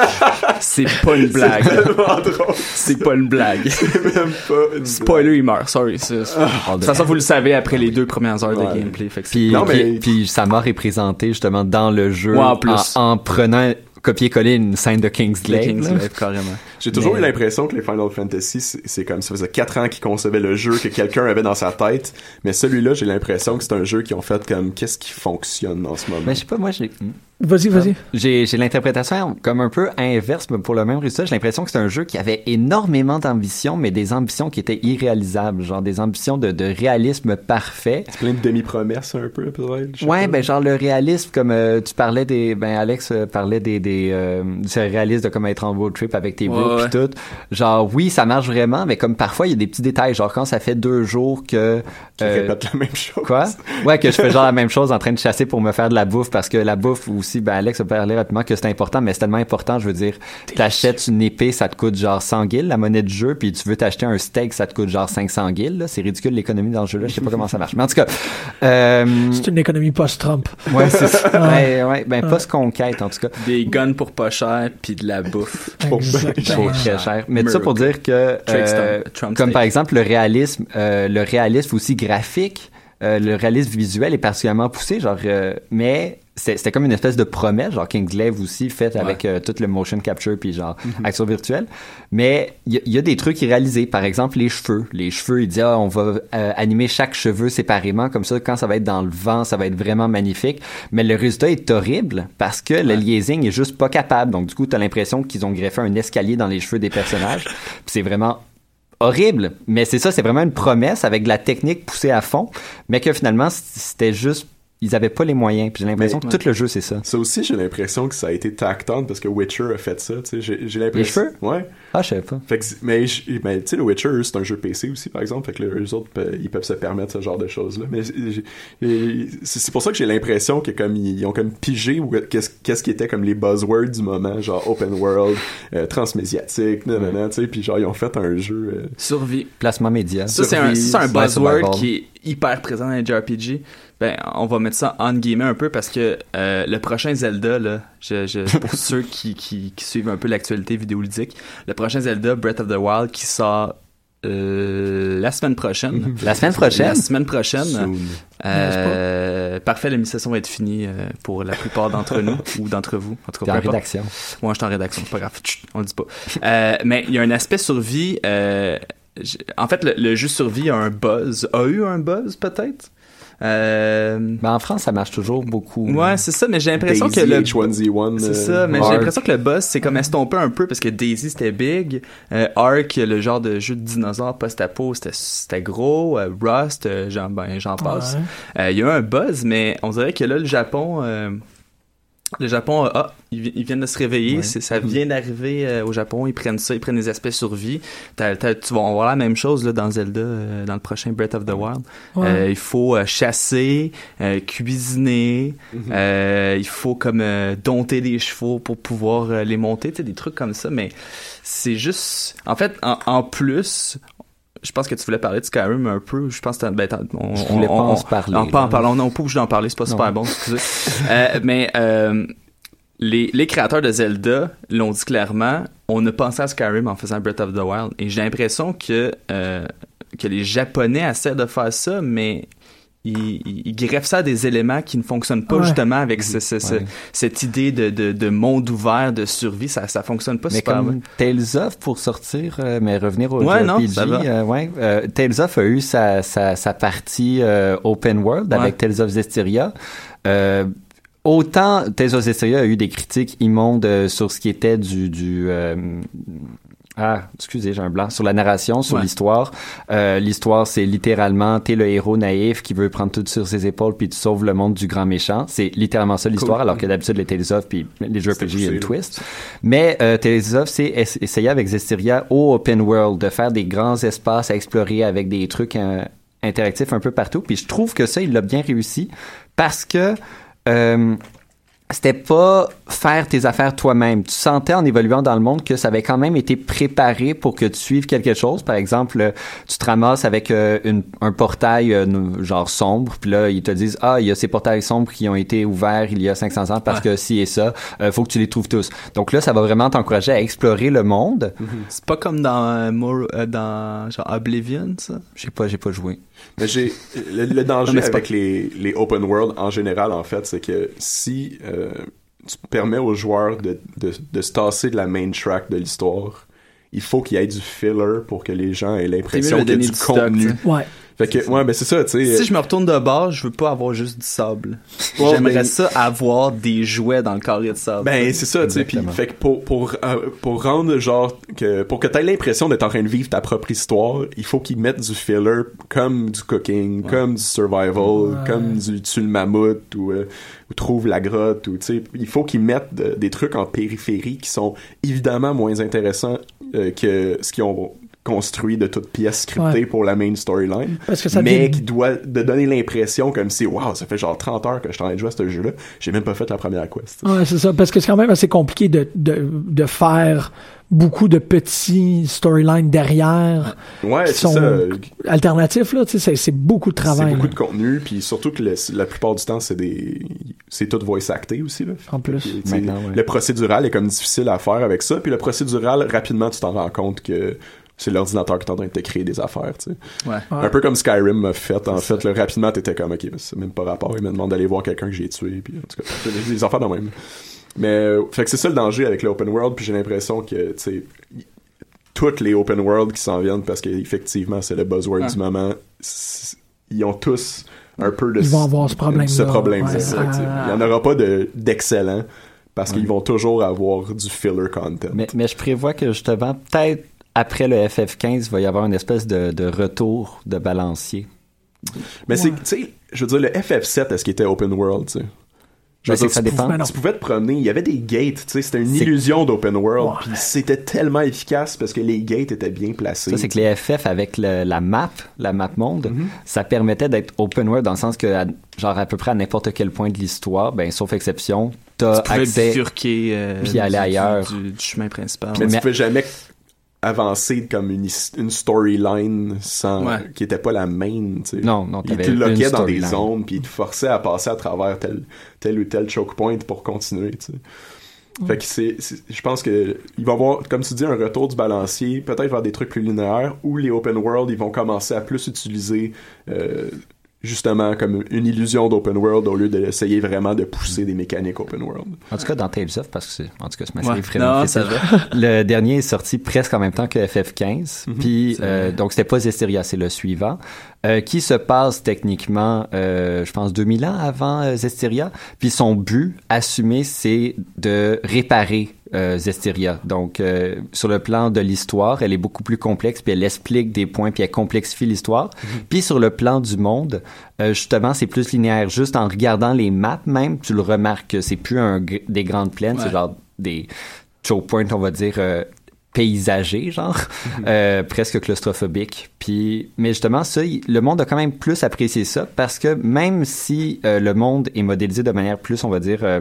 S8: C'est pas une blague.
S9: C'est tellement drôle.
S8: C'est pas une blague.
S9: C'est même pas une
S8: Spoiler,
S9: blague.
S8: il meurt. Sorry. C'est... Ah, de toute façon, vous le savez après les deux premières heures ouais. de gameplay. Fait que
S10: puis,
S9: non, mais...
S10: puis, puis sa mort est présentée justement dans le jeu
S8: ouais, en, plus.
S10: En, en prenant... copier-coller une scène de Kingsglaive.
S8: Kingsglaive, carrément.
S9: J'ai toujours
S10: mais...
S9: eu l'impression que les Final Fantasy, c'est, c'est comme ça faisait quatre ans qu'ils concevaient le jeu, que quelqu'un avait dans sa tête, mais celui-là, j'ai l'impression que c'est un jeu qu'ils ont fait comme qu'est-ce qui fonctionne en ce moment.
S10: Ben, je sais pas, moi, j'ai...
S7: Vas-y, vas-y.
S10: J'ai, j'ai l'interprétation comme un peu inverse, mais pour le même résultat. J'ai l'impression que c'est un jeu qui avait énormément d'ambitions, mais des ambitions qui étaient irréalisables. Genre des ambitions de, de réalisme parfait.
S9: C'est plein de demi-promesses un peu, peut-être.
S10: Ouais, ben genre le réalisme, comme euh, tu parlais des... Ben Alex euh, parlait des... des euh, du réalisme de comme être en road trip avec tes bros
S8: ouais,
S10: pis tout. Genre, oui, ça marche vraiment, mais comme parfois, il y a des petits détails. Genre quand ça fait deux jours que...
S9: Tu euh, répètes la même chose.
S10: Quoi? Ouais, que je fais genre la même chose en train de chasser pour me faire de la bouffe, parce que la bouffe aussi, ben Alex a parlé rapidement que c'est important, mais c'est tellement important, je veux dire, t'achètes une épée, ça te coûte genre cent guildes, la monnaie de jeu, puis tu veux t'acheter un steak, ça te coûte genre cinq cents guildes, là. C'est ridicule l'économie dans le jeu là, je sais pas comment ça marche. Mais en tout cas, euh...
S7: c'est une économie post-Trump.
S10: Ouais, c'est ça. ouais, ouais, ben post-conquête en tout cas.
S8: Des guns pour pas cher, puis de la bouffe
S10: pour très cher. Mais tout ça pour dire que euh, comme par exemple le réalisme, euh, le réalisme aussi graphique, euh, le réalisme visuel est particulièrement poussé, genre, euh, mais C'était, c'était comme une espèce de promesse, genre Kingsglaive aussi, faite ouais. avec euh, tout le motion capture puis genre mm-hmm. action virtuelle. Mais il y, y a des trucs irréalisés. Par exemple, les cheveux. Les cheveux, il dit, ah, on va euh, animer chaque cheveu séparément. Comme ça, quand ça va être dans le vent, ça va être vraiment magnifique. Mais le résultat est horrible parce que ouais. le liaising est juste pas capable. Donc, du coup, t'as l'impression qu'ils ont greffé un escalier dans les cheveux des personnages. Puis c'est vraiment horrible. Mais c'est ça, c'est vraiment une promesse avec de la technique poussée à fond. Mais que finalement, c'était juste ils avaient pas les moyens, puis j'ai l'impression mais, que ouais. tout le jeu c'est ça.
S9: Ça aussi, j'ai l'impression que ça a été tacked on parce que Witcher a fait ça, tu sais, j'ai, j'ai l'impression...
S10: Les cheveux?
S9: Ouais.
S10: Ah, je savais pas.
S9: Fait que, mais, mais tu sais, le Witcher, c'est un jeu P C aussi, par exemple, fait que les autres, ils peuvent se permettre ce genre de choses-là. Mais c'est, c'est pour ça que j'ai l'impression que comme ils ont comme pigé ou qu'est-ce, qu'est-ce qui était comme les buzzwords du moment, genre open world, euh, transmédiatique, nanana, ouais. tu sais, puis genre ils ont fait un jeu... Euh...
S8: Survie.
S10: Placement média.
S8: Ça,
S9: Survie,
S8: c'est un, c'est un buzzword qui est hyper présent dans les J R P G. Ben, on va mettre ça en guillemets un peu parce que euh, le prochain Zelda, là, je, je, pour ceux qui, qui, qui suivent un peu l'actualité vidéoludique, le prochain Zelda, Breath of the Wild, qui sort euh, la semaine prochaine.
S10: La semaine prochaine?
S8: La semaine prochaine. Euh, parfait, l'émission va être finie euh, pour la plupart d'entre nous ou d'entre vous. En tout cas,
S10: t'es en rédaction.
S8: Moi, je suis en rédaction, c'est pas grave. Chut, on le dit pas. Euh, mais il y a un aspect survie. Euh, en fait, le, le jeu survie a un buzz. A eu un buzz, peut-être? Euh...
S10: Ben en France, ça marche toujours beaucoup.
S8: Ouais, c'est ça, mais j'ai l'impression
S9: Daisy,
S8: que le
S9: H un Z un,
S8: c'est ça, mais
S9: Ark.
S8: j'ai l'impression que le buzz c'est comme estompé un peu parce que Daisy c'était big, euh, Ark, le genre de jeu de dinosaure post-apo, c'était c'était gros, euh, Rust, euh, j'en ben j'en passe. Il ouais. euh, y a eu un buzz, mais on dirait que là le Japon euh, le Japon, ah, ils, ils viennent de se réveiller, ouais. c'est, ça vient d'arriver euh, au Japon, ils prennent ça, ils prennent les aspects survie. T'as, t'as, tu vas voir la même chose là, dans Zelda, euh, dans le prochain Breath of the Wild. Ouais. Euh, il faut euh, chasser, euh, cuisiner, mm-hmm. euh, il faut comme euh, dompter des chevaux pour pouvoir euh, les monter, tu sais, des trucs comme ça, mais c'est juste... En fait, en, en plus... Je pense que tu voulais parler de Skyrim un peu. Je pense que ben, on,
S10: je voulais
S8: on,
S10: pas en
S8: on,
S10: parler.
S8: On, pas en parler. On n'a pas obligé d'en parler. C'est pas non. super bon. Excusez. euh, mais euh, les, les créateurs de Zelda l'ont dit clairement. On a pensé à Skyrim en faisant Breath of the Wild. Et j'ai l'impression que euh, que les Japonais essaient de faire ça, mais ils, ils greffent ça à des éléments qui ne fonctionnent pas ouais. justement avec ce, ce, ce, ouais. cette idée de, de, de monde ouvert, de survie, ça ça fonctionne pas
S10: mais
S8: super
S10: comme
S8: bien.
S10: Tales of, pour sortir, euh, mais revenir au
S8: ouais,
S10: J R P G,
S8: non, ça va.
S10: Euh, ouais, euh, Tales of a eu sa, sa, sa partie euh, open world ouais. avec Tales of Zestiria. Euh, Autant Tales of Zestiria a eu des critiques immondes euh, sur ce qui était du... du euh, Ah, excusez, j'ai un blanc. Sur la narration, sur ouais. l'histoire. Euh, l'histoire, c'est littéralement, t'es le héros naïf qui veut prendre tout sur ses épaules puis tu sauves le monde du grand méchant. C'est littéralement ça l'histoire, cool. alors que d'habitude, les Tales of puis les jeux R P G, il y a une twist. Mais euh, Tales of, c'est ess- essayer avec Zestiria au open world de faire des grands espaces à explorer avec des trucs euh, interactifs un peu partout. Puis je trouve que ça, il l'a bien réussi parce que... Euh, c'était pas faire tes affaires toi-même. Tu sentais en évoluant dans le monde que ça avait quand même été préparé pour que tu suives quelque chose. Par exemple, tu te ramasses avec euh, une, un portail euh, genre sombre, puis là, ils te disent « Ah, il y a ces portails sombres qui ont été ouverts il y a cinq cents ans parce ouais. que ci et ça, euh, faut que tu les trouves tous. » Donc là, ça va vraiment t'encourager à explorer le monde.
S8: Mm-hmm. C'est pas comme dans, euh, More, euh, dans genre Oblivion, ça?
S10: J'ai pas, j'ai pas joué.
S9: Mais j'ai le, le danger non, avec pas... les, les open world en général, en fait, c'est que si euh, tu permets aux joueurs de, de, de se tasser de la main track de l'histoire, il faut qu'il y ait du filler pour que les gens aient l'impression qu'il y a du, du contenu.
S2: Stock,
S9: ouais. Fait que, ouais, ben c'est ça, tu sais.
S8: Si je me retourne de bord, je veux pas avoir juste du sable. Ouais, J'aimerais ben... ça avoir des jouets dans le carré de sable.
S9: Ben, c'est ça, tu sais. Puis, fait que pour, pour, euh, pour rendre, genre, que, pour que t'aies l'impression d'être en train de vivre ta propre histoire, il faut qu'ils mettent du filler comme du cooking, ouais. comme du survival, ouais. comme du tue le mammouth ou, euh, ou trouve la grotte ou, tu sais. Il faut qu'ils mettent de, des trucs en périphérie qui sont évidemment moins intéressants euh, que ce qu'ils ont construit de toutes pièces scriptées ouais. pour la main storyline,
S7: parce que ça
S9: mais
S7: dit...
S9: qui doit de donner l'impression comme si wow, ça fait genre trente heures que je suis en train de jouer à ce jeu-là, j'ai même pas fait la première quest.
S7: Ouais, c'est ça, parce que c'est quand même assez compliqué de, de, de faire beaucoup de petits storylines derrière
S9: ouais,
S7: qui
S9: c'est
S7: sont
S9: ça.
S7: alternatifs, là, tu sais, c'est, c'est beaucoup de travail.
S9: C'est beaucoup
S7: là.
S9: de contenu, puis surtout que le, la plupart du temps, c'est des c'est tout voice acté aussi, là.
S7: En plus.
S9: Puis,
S10: Maintenant, ouais.
S9: Le procédural est comme difficile à faire avec ça, puis le procédural, rapidement, tu t'en rends compte que c'est l'ordinateur qui est en train de te créer des affaires, tu sais.
S8: Ouais.
S9: Un ouais. peu comme Skyrim m'a fait, en c'est fait, là, rapidement, t'étais comme, ok, c'est même pas rapport, il me demande d'aller voir quelqu'un que j'ai tué, puis en tout cas, des, des affaires de même. Mais, euh, fait que c'est ça le danger avec l'open world, puis j'ai l'impression que, tu sais, toutes les open world qui s'en viennent, parce qu'effectivement, c'est le buzzword ouais. du moment, ils ont tous un peu de...
S7: Ils vont avoir ce problème-là.
S9: Ce problème-là,
S7: ouais.
S9: ça, ah. Il y en aura pas de, d'excellent, parce ouais. qu'ils vont toujours avoir du filler content.
S10: Mais, mais je prévois que, justement, peut-être après le F F quinze, il va y avoir une espèce de, de retour de balancier.
S9: Mais ouais. c'est, tu sais, je veux dire, le F F sept, est-ce qu'il était open world, tu sais?
S10: Je sais que ça dépend.
S9: Pouvais, tu pouvais te promener, il y avait des gates, tu sais, c'était une c'est... illusion d'open world, puis c'était tellement efficace parce que les gates étaient bien placés.
S10: Ça, c'est que les F F avec le, la map, la map monde, mm-hmm. ça permettait d'être open world dans le sens que, à, genre à peu près à n'importe quel point de l'histoire, ben sauf exception, t'as
S8: tu
S10: accès
S8: bifurquer, euh,
S10: puis aller
S8: du,
S10: ailleurs
S8: du, du chemin principal.
S9: Mais,
S10: mais
S9: tu pouvais jamais avancer comme une, une storyline sans ouais. qui était pas la main, tu sais.
S10: Non, non,
S9: il te loquait dans des zones puis il te forçait à passer à travers tel tel ou tel choke point pour continuer, tu sais. Mm. Fait que c'est, c'est je pense que il va y avoir, comme tu dis, un retour du balancier, peut-être vers des trucs plus linéaires où les open world ils vont commencer à plus utiliser euh, justement comme une illusion d'open world au lieu d'essayer vraiment de pousser des mécaniques open world.
S10: En tout cas, dans Tales of, parce que c'est, en tout cas, c'est ma série
S8: ouais.
S10: vraiment
S8: non, ça va.
S10: Le dernier est sorti presque en même temps que F F quinze. Mm-hmm. Puis, euh, donc, c'était pas Zestiria, c'est le suivant. Euh, qui se passe techniquement, euh, je pense, deux mille ans avant euh, Zestiria. Puis son but assumé, c'est de réparer euh, Zestiria. Donc, euh, sur le plan de l'histoire, elle est beaucoup plus complexe, puis elle explique des points, puis elle complexifie l'histoire. Mm-hmm. Puis sur le plan du monde, euh, justement, c'est plus linéaire. Juste en regardant les maps même, tu le remarques que c'est plus un, des grandes plaines, ouais. c'est genre des choke points, on va dire... Euh, paysagé, genre, mm-hmm. euh, presque claustrophobique. Puis, mais justement, ça, le monde a quand même plus apprécié ça parce que même si euh, le monde est modélisé de manière plus, on va dire, euh,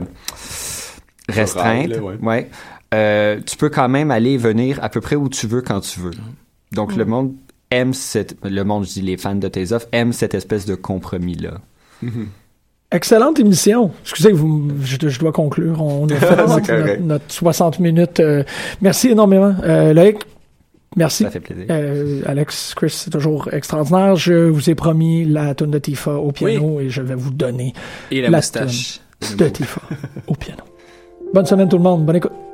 S10: restreinte, là, ouais. Ouais, euh, tu peux quand même aller et venir à peu près où tu veux quand tu veux. Donc, mm-hmm. le monde aime cette, le monde, je dis les fans de Tales of, aiment cette espèce de compromis-là.
S9: Mm-hmm.
S7: Excellente émission. Excusez, vous, je, je dois conclure. On a fait notre, notre, notre soixante minutes. Euh, merci énormément. Euh, Loïc, merci.
S10: Ça fait plaisir.
S7: Euh, Alex, Chris, c'est toujours extraordinaire. Je vous ai promis la toune de Tifa au piano oui. et je vais vous donner
S8: et la, la moustache
S7: de Tifa au piano. Bonne semaine tout le monde. Bonne écoute.